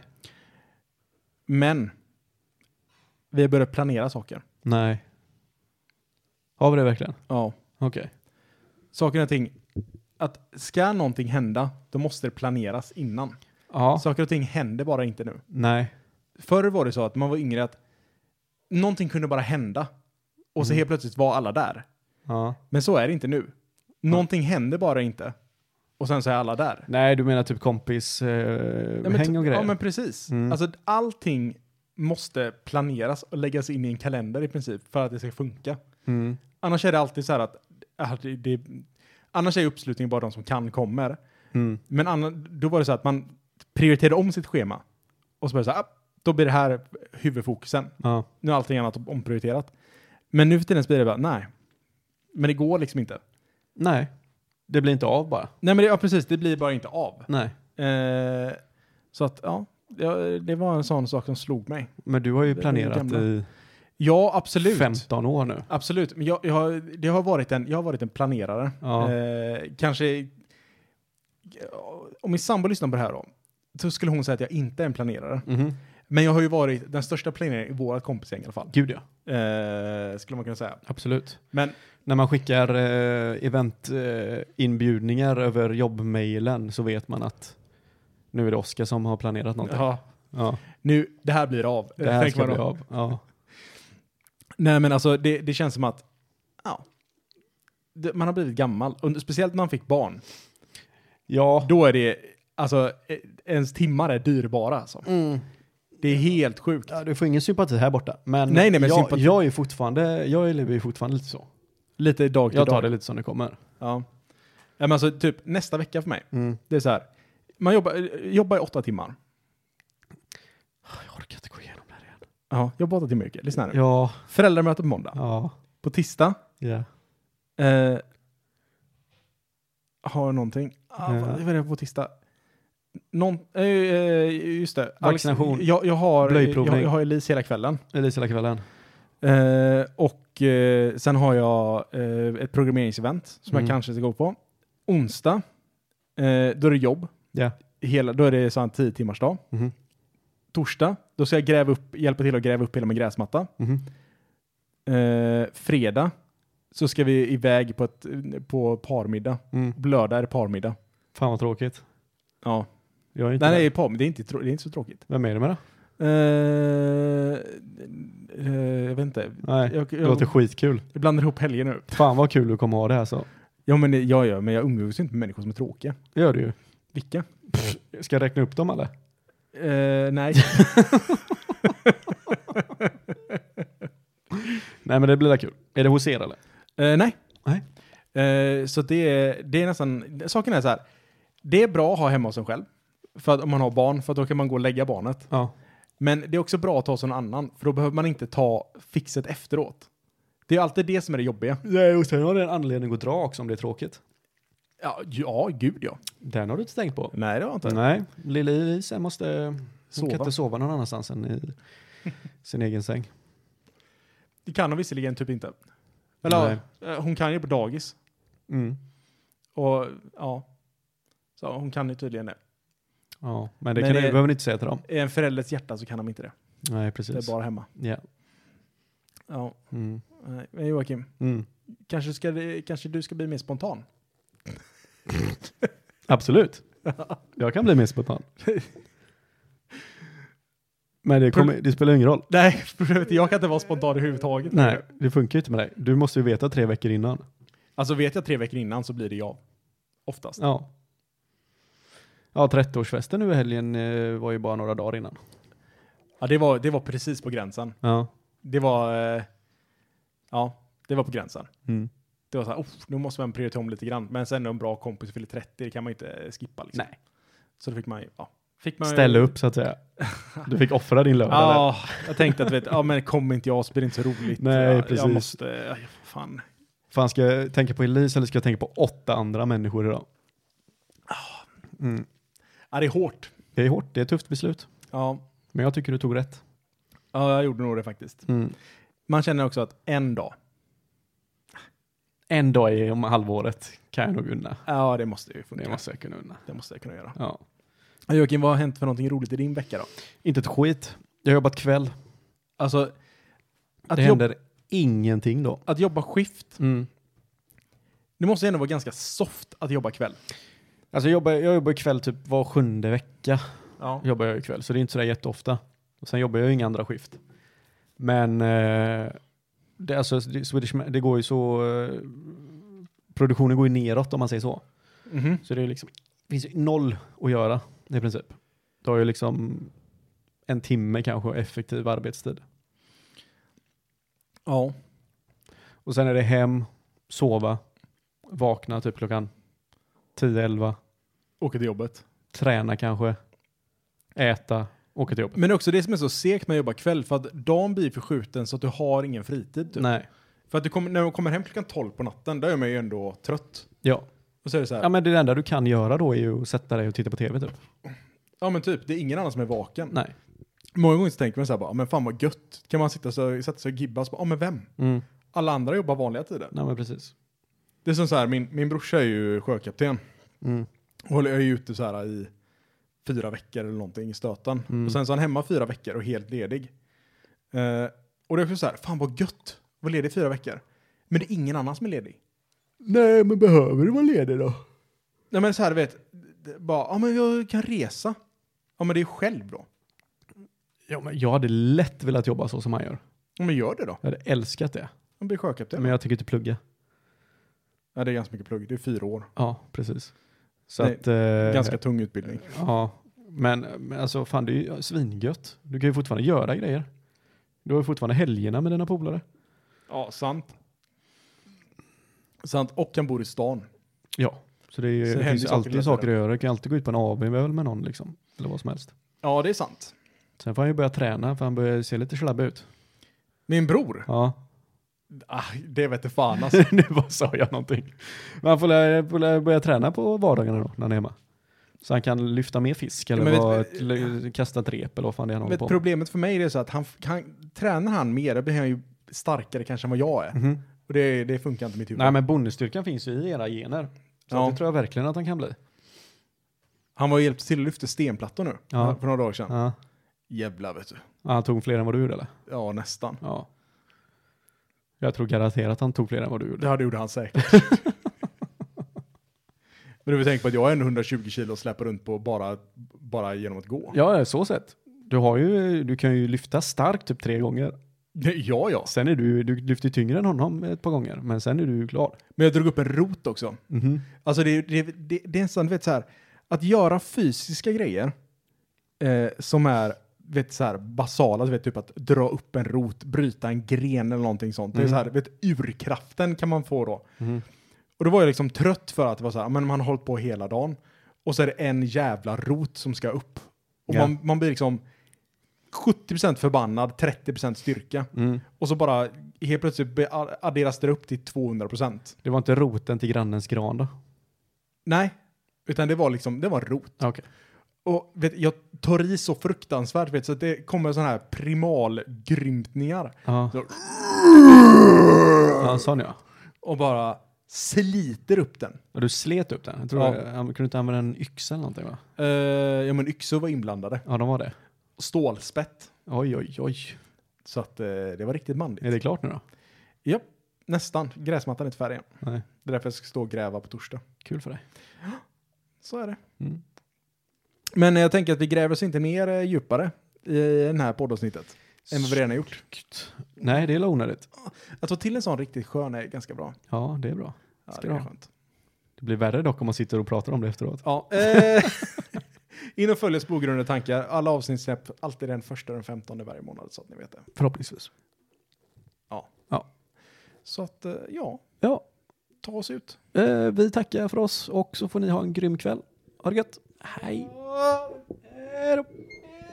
Speaker 1: Men vi har börjat planera saker.
Speaker 2: Nej. Har vi det verkligen?
Speaker 1: Ja.
Speaker 2: Okej.
Speaker 1: Saker och ting. Att ska någonting hända, då måste det planeras innan.
Speaker 2: Ja.
Speaker 1: Saker och ting händer bara inte nu.
Speaker 2: Nej.
Speaker 1: Förr var det så att man var yngre att någonting kunde bara hända. Och så
Speaker 2: Mm.
Speaker 1: helt plötsligt var alla där.
Speaker 2: Ja.
Speaker 1: Men så är det inte nu. Någonting händer bara inte. Och sen så är alla där.
Speaker 2: Nej, du menar typ kompis eh,
Speaker 1: Ja, men,
Speaker 2: häng och grejer?
Speaker 1: ja, men precis.
Speaker 2: Mm.
Speaker 1: Alltså allting måste planeras och läggas in i en kalender i princip för att det ska funka.
Speaker 2: Mm.
Speaker 1: Annars är det alltid så här att äh, det, det, annars är uppslutningen bara de som kan kommer.
Speaker 2: Mm.
Speaker 1: Men anna, då var det så att man prioriterade om sitt schema. Och så började det så här, ah, då blir det här huvudfokusen.
Speaker 2: Ja.
Speaker 1: Nu är allting annat omprioriterat. Men nu för tiden så blir det bara, nej. Men det går liksom inte.
Speaker 2: Nej. Det blir inte av bara.
Speaker 1: Nej men det, ja, precis, det blir bara inte av.
Speaker 2: Nej.
Speaker 1: Eh, så att ja, ja, det var en sån sak som slog mig.
Speaker 2: Men du har ju
Speaker 1: Det är
Speaker 2: planerat
Speaker 1: gamla.
Speaker 2: i
Speaker 1: Ja, absolut.
Speaker 2: femton år nu.
Speaker 1: Absolut, men jag, jag, har, det har varit en, jag har varit en planerare.
Speaker 2: Ja.
Speaker 1: Eh, kanske, om min sambo lyssnar på det här då, så skulle hon säga att jag inte är en planerare.
Speaker 2: Mhm.
Speaker 1: Men jag har ju varit den största planeraren i våra kompisgäng i alla fall.
Speaker 2: Gud ja.
Speaker 1: Eh, skulle man kunna säga.
Speaker 2: Absolut.
Speaker 1: Men
Speaker 2: När man skickar eh, eventinbjudningar eh, över jobbmailen så vet man att nu är det Oskar som har planerat någonting.
Speaker 1: ja,
Speaker 2: Ja.
Speaker 1: nu, det här blir av.
Speaker 2: Det här
Speaker 1: Tänker
Speaker 2: ska
Speaker 1: man
Speaker 2: bli
Speaker 1: då.
Speaker 2: av. Ja.
Speaker 1: Nej men alltså det, det känns som att ja, det, man har blivit gammal. Och speciellt när man fick barn.
Speaker 2: Ja.
Speaker 1: Då är det, alltså eh, ens timmar är dyrbara alltså.
Speaker 2: Mm.
Speaker 1: Det är helt sjukt.
Speaker 2: Ja, du får ingen sympati här borta. Men,
Speaker 1: Nej, nej, men
Speaker 2: jag,
Speaker 1: sympati-
Speaker 2: jag är fortfarande, jag lever ju fortfarande lite så.
Speaker 1: Lite dag till
Speaker 2: Jag tar
Speaker 1: dag.
Speaker 2: det lite som det kommer.
Speaker 1: Ja. Ja, men alltså typ nästa vecka för mig.
Speaker 2: Mm.
Speaker 1: Det är så här. Man jobbar, jobbar i åtta timmar.
Speaker 2: Jag orkar inte gå igenom det här igen.
Speaker 1: Ja, jobbar åtta timmar mycket. Lyssna nu.
Speaker 2: Ja.
Speaker 1: Föräldramöte på måndag.
Speaker 2: Ja.
Speaker 1: På tisdag.
Speaker 2: Ja.
Speaker 1: Eh, har någonting. Ah,
Speaker 2: Ja.
Speaker 1: vad, vad är det på tisdag? Någon, eh, eh, just det.
Speaker 2: Vaccination.
Speaker 1: Alex, jag, jag, har,
Speaker 2: Blöjprovning.
Speaker 1: jag, jag har Elise hela kvällen.
Speaker 2: Elise hela kvällen.
Speaker 1: Eh, och eh, sen har jag eh, ett programmeringsevent som
Speaker 2: Mm.
Speaker 1: jag kanske ska gå på. Onsdag, eh, då är det jobb.
Speaker 2: Ja.
Speaker 1: Hela, då är det så en tio timmars dag.
Speaker 2: Mhm.
Speaker 1: Torsdag, då ska jag gräva upp, hjälpa till att gräva upp hela min gräsmatta.
Speaker 2: Mhm.
Speaker 1: Eh, fredag så ska vi iväg på, ett, på parmiddag.
Speaker 2: Mm.
Speaker 1: Lördag är det parmiddag.
Speaker 2: Fan vad tråkigt.
Speaker 1: Ja.
Speaker 2: Jag är inte
Speaker 1: Nej,
Speaker 2: där.
Speaker 1: nej, par, det, är inte, trå- det är inte så tråkigt.
Speaker 2: Vem är det med då?
Speaker 1: Eh, eh, jag vet inte.
Speaker 2: Nej,
Speaker 1: Jag,
Speaker 2: det låter
Speaker 1: jag,
Speaker 2: skitkul.
Speaker 1: jag blandar ihop helger nu.
Speaker 2: Fan vad kul du kommer ha det här så.
Speaker 1: Ja, men det- jag gör, men jag umgås inte med människor som är tråkiga.
Speaker 2: Det gör du ju.
Speaker 1: Vilka?
Speaker 2: Ska jag räkna upp dem eller?
Speaker 1: Eh, nej.
Speaker 2: Nej men det blir väl kul. Är det hos er eller?
Speaker 1: Eh, nej.
Speaker 2: Nej.
Speaker 1: Eh, så det är, det är nästan, saken är så här. Det är bra att ha hemma hos en själv. För att om man har barn, för att då kan man gå och lägga barnet.
Speaker 2: Ja.
Speaker 1: Men det är också bra att ta som någon annan, för då behöver man inte ta fixet efteråt. Det är alltid det som är det jobbiga.
Speaker 2: Nej, och sen har det en anledning att dra också om det är tråkigt.
Speaker 1: Ja, ja gud ja.
Speaker 2: Den har du inte tänkt på.
Speaker 1: Nej, det har jag inte.
Speaker 2: Nej, lilla Elise måste hon
Speaker 1: Sova.
Speaker 2: kan inte sova någon annanstans än i sin egen säng.
Speaker 1: Det kan hon visserligen typ inte. Eller
Speaker 2: Nej.
Speaker 1: ja, hon kan ju på dagis.
Speaker 2: Mm.
Speaker 1: Och ja. Så hon kan ju tydligen det.
Speaker 2: Ja, men det,
Speaker 1: Men
Speaker 2: kan
Speaker 1: det-
Speaker 2: du, behöver ni inte säga till dem.
Speaker 1: I en förälders hjärta så kan de inte det.
Speaker 2: Nej, precis.
Speaker 1: Det är bara hemma.
Speaker 2: Ja.
Speaker 1: Ja.
Speaker 2: Mm.
Speaker 1: Nej, men Joakim,
Speaker 2: Mm.
Speaker 1: kanske, ska det, kanske du ska bli mer spontan?
Speaker 2: Absolut. Jag kan bli mer spontan. Men det, kommer, det spelar ingen roll.
Speaker 1: Nej, jag kan inte vara spontan överhuvudtaget.
Speaker 2: Nej, det funkar ju inte med dig. Du måste ju veta tre veckor innan.
Speaker 1: Alltså vet jag tre veckor innan så blir det jag. Oftast.
Speaker 2: Ja. Ja, trettioårsfesten nu i helgen eh, var ju bara några dagar innan.
Speaker 1: Ja, det var, det var precis på gränsen.
Speaker 2: Ja.
Speaker 1: Det var... Eh, ja, det var på gränsen.
Speaker 2: Mm.
Speaker 1: Det var så här, nu måste man prioritera om lite grann. Men sen när en bra kompis fyller trettio, det kan man inte skippa liksom.
Speaker 2: Nej.
Speaker 1: Så då fick man ju... Ja, fick man ju,
Speaker 2: Ställ upp så att säga. Du fick offra din lördag. eller?
Speaker 1: Ja, jag tänkte att vet, ja, men kommer inte jag så blir det inte så roligt.
Speaker 2: Nej,
Speaker 1: jag,
Speaker 2: precis.
Speaker 1: Jag måste... Ja, fan.
Speaker 2: Fan, ska jag tänka på Elise eller ska jag tänka på åtta andra människor idag? Mm.
Speaker 1: Ja, det är hårt.
Speaker 2: Det är hårt, det är ett tufft beslut.
Speaker 1: Ja,
Speaker 2: Men jag tycker du tog rätt.
Speaker 1: ja, jag gjorde nog det faktiskt.
Speaker 2: Mm.
Speaker 1: Man känner också att en dag,
Speaker 2: En dag i om halvåret kan jag nog unna.
Speaker 1: ja det måste ju funka.
Speaker 2: Det måste jag kunna unna.
Speaker 1: Det måste jag kunna göra.
Speaker 2: Ja.
Speaker 1: Ja, Joakim, vad har hänt för någonting roligt i din vecka då?
Speaker 2: Inte ett skit. Jag har jobbat kväll.
Speaker 1: Alltså, att,
Speaker 2: Det
Speaker 1: jobb,
Speaker 2: händer ingenting då.
Speaker 1: att jobba skift,
Speaker 2: Mm.
Speaker 1: det måste ändå vara ganska soft att jobba kväll.
Speaker 2: Alltså jag jobbar, jag jobbar kväll typ var sjunde vecka.
Speaker 1: Ja.
Speaker 2: Jobbar jag kväll, så det är inte så där jätteofta. Och sen jobbar jag ju inga andra skift. Men eh, det, alltså, det, Swedish, Ma- det går ju så... Eh, produktionen går ju neråt om man säger så.
Speaker 1: Mhm.
Speaker 2: Så det är liksom, det finns ju noll att göra i princip. Du har ju liksom en timme kanske effektiv arbetstid.
Speaker 1: Ja.
Speaker 2: Och sen är det hem, sova, vakna typ klockan tio elva,
Speaker 1: Åka till jobbet.
Speaker 2: träna kanske, äta, åka till jobbet.
Speaker 1: Men det är också det som är så segt med att jobba kväll, för att dagen blir förskjuten så att du har ingen fritid. Typ.
Speaker 2: Nej.
Speaker 1: För att du kommer, när du kommer hem klockan tolv på natten, då är man ju ändå trött.
Speaker 2: Ja.
Speaker 1: Och så är det så här,
Speaker 2: Ja, men det enda du kan göra då är ju att sätta dig och titta på tv typ.
Speaker 1: ja men typ, det är ingen annan som är vaken.
Speaker 2: Nej.
Speaker 1: Många gånger så tänker man så här bara, men fan vad gött. Kan man sitta så, sätta sig och gibba och så bara, ja men vem?
Speaker 2: Mm.
Speaker 1: Alla andra jobbar vanliga tider.
Speaker 2: Nej, men precis.
Speaker 1: Det är som så här, min, min brorsa är ju sjökapten.
Speaker 2: Mm.
Speaker 1: Och håller jag är ju ute så här i fyra veckor eller någonting i stöten.
Speaker 2: Mm.
Speaker 1: Och sen så är han hemma fyra veckor och helt ledig. Eh, och det är också så här, fan vad gött. Var ledig i fyra veckor. Men det är ingen annan som är ledig.
Speaker 2: Nej, men behöver du vara ledig då?
Speaker 1: Nej men så här, vet, det- bara, ja men jag kan resa. Ja men det är själv då.
Speaker 2: Ja, men jag hade lätt velat jobba så som han gör.
Speaker 1: Ja men gör det då.
Speaker 2: Jag hade älskat det.
Speaker 1: Man blir sjökapten.
Speaker 2: Men jag tycker inte plugga.
Speaker 1: Ja det är ganska mycket plugg. Det är fyra år.
Speaker 2: Ja, precis. Så
Speaker 1: Nej,
Speaker 2: att... Eh,
Speaker 1: Ganska tung utbildning.
Speaker 2: Ja, men, men alltså fan det är ju svingött. Du kan ju fortfarande göra grejer. Du har ju fortfarande helgerna med dina polare.
Speaker 1: Ja, sant. Sant. Och han bor i stan.
Speaker 2: Ja. Så det, är ju,
Speaker 1: Så det
Speaker 2: det
Speaker 1: händer
Speaker 2: finns ju
Speaker 1: saker
Speaker 2: alltid
Speaker 1: hela
Speaker 2: saker att
Speaker 1: tiden.
Speaker 2: göra. Du kan alltid gå ut på en A B med någon liksom. Eller vad som helst.
Speaker 1: Ja, det är sant.
Speaker 2: Sen får han ju börja träna för han börjar se lite slabb ut.
Speaker 1: Min bror.
Speaker 2: Ja.
Speaker 1: Ah, det vet jag fan alltså.
Speaker 2: Nu bara sa jag någonting. Men han får, lä- får lä- börja träna på vardagarna då när han är hemma. Så han kan lyfta mer fisk eller
Speaker 1: Men vet-
Speaker 2: bara ett, l- kasta ett rep eller vad fan det är han håller
Speaker 1: Men
Speaker 2: på.
Speaker 1: problemet för mig är så att han, han tränar han mer, då blir han ju starkare kanske än vad jag är.
Speaker 2: Mhm.
Speaker 1: Och det, det funkar inte i mitt huvud.
Speaker 2: Nej, men bondestyrkan finns ju i era gener. Så
Speaker 1: Ja.
Speaker 2: det tror jag verkligen att han kan bli.
Speaker 1: Han var hjälpt till att lyfta stenplattor nu.
Speaker 2: Ja.
Speaker 1: För några dagar sedan.
Speaker 2: Ja.
Speaker 1: Jävlar vet du.
Speaker 2: Ja, han tog fler än vad du gjorde eller?
Speaker 1: Ja, nästan.
Speaker 2: Ja. Jag tror garanterat att han tog fler än vad du gjorde.
Speaker 1: Det hade gjorde han säkert. Men du vill tänka på att jag är ändå hundratjugo kilo och släpper runt på bara, bara genom att gå.
Speaker 2: Ja, så sett. Du, har ju, du kan ju lyfta starkt typ tre gånger.
Speaker 1: Ja, ja.
Speaker 2: Sen är du, du lyfter tyngre än honom ett par gånger. Men sen är du klar.
Speaker 1: Men jag drog upp en rot också.
Speaker 2: Mhm.
Speaker 1: Alltså det, det, det, det är en sån, du vet så här, att göra fysiska grejer eh, som är, vet så här, basala, du vet typ att dra upp en rot, bryta en gren eller någonting sånt. Det är
Speaker 2: Mm.
Speaker 1: så här, vet, urkraften kan man få då.
Speaker 2: Mhm.
Speaker 1: Och då var jag liksom trött för att det var så här, men man har hållit på hela dagen. Och så är det en jävla rot som ska upp. Och
Speaker 2: Ja.
Speaker 1: man, man blir liksom sjuttio procent förbannad, trettio procent styrka.
Speaker 2: Mm.
Speaker 1: Och så bara helt plötsligt be- adderas det upp till tvåhundra procent.
Speaker 2: Det var inte roten till grannens gran då?
Speaker 1: Nej, utan det var liksom, det var rot.
Speaker 2: Okej.
Speaker 1: Och vet, jag tar i så fruktansvärt, vet, så att det kommer sådana här primalgrymtningar.
Speaker 2: Ja.
Speaker 1: Så,
Speaker 2: Ja, sån ja.
Speaker 1: och bara, sliter upp den.
Speaker 2: Och du slet upp den. Jag tror
Speaker 1: Ja.
Speaker 2: jag, jag kunde inte använda en yxa eller någonting va?
Speaker 1: Uh, ja, men yxor var inblandade.
Speaker 2: Ja, de var det.
Speaker 1: Stålspett.
Speaker 2: Oj, oj, oj.
Speaker 1: Så att uh, det var riktigt manligt.
Speaker 2: Är det klart nu då?
Speaker 1: Ja, nästan. Gräsmattan är inte färdig än.
Speaker 2: Nej.
Speaker 1: Det är därför jag ska stå och gräva på torsdag.
Speaker 2: Kul för dig.
Speaker 1: Så är det.
Speaker 2: Mm.
Speaker 1: Men jag tänker att vi gräver oss inte ner uh, djupare i den här poddavsnittet än vad vi redan har gjort.
Speaker 2: Nej, det är onödigt.
Speaker 1: Att få till en sån riktigt skön är ganska bra.
Speaker 2: Ja, det är bra.
Speaker 1: Ja,
Speaker 2: Ska
Speaker 1: det
Speaker 2: du
Speaker 1: är
Speaker 2: ha.
Speaker 1: skönt.
Speaker 2: Det blir värre dock om man sitter och pratar om det efteråt.
Speaker 1: Ja, eh, in och följ oss Blodgrunda tankar. Alla avsnitt släpps alltid den första och den femtonde varje månad så att ni vet det.
Speaker 2: Förhoppningsvis.
Speaker 1: Så att, eh, ja,
Speaker 2: Ja,
Speaker 1: ta oss ut.
Speaker 2: eh, vi tackar för oss och så får ni ha en grym kväll. Ha det gött. Hej. Hej då.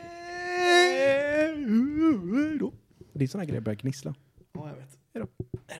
Speaker 1: Det är såna grejer börjar gnissla.
Speaker 2: Ja, jag vet.
Speaker 1: Hej då.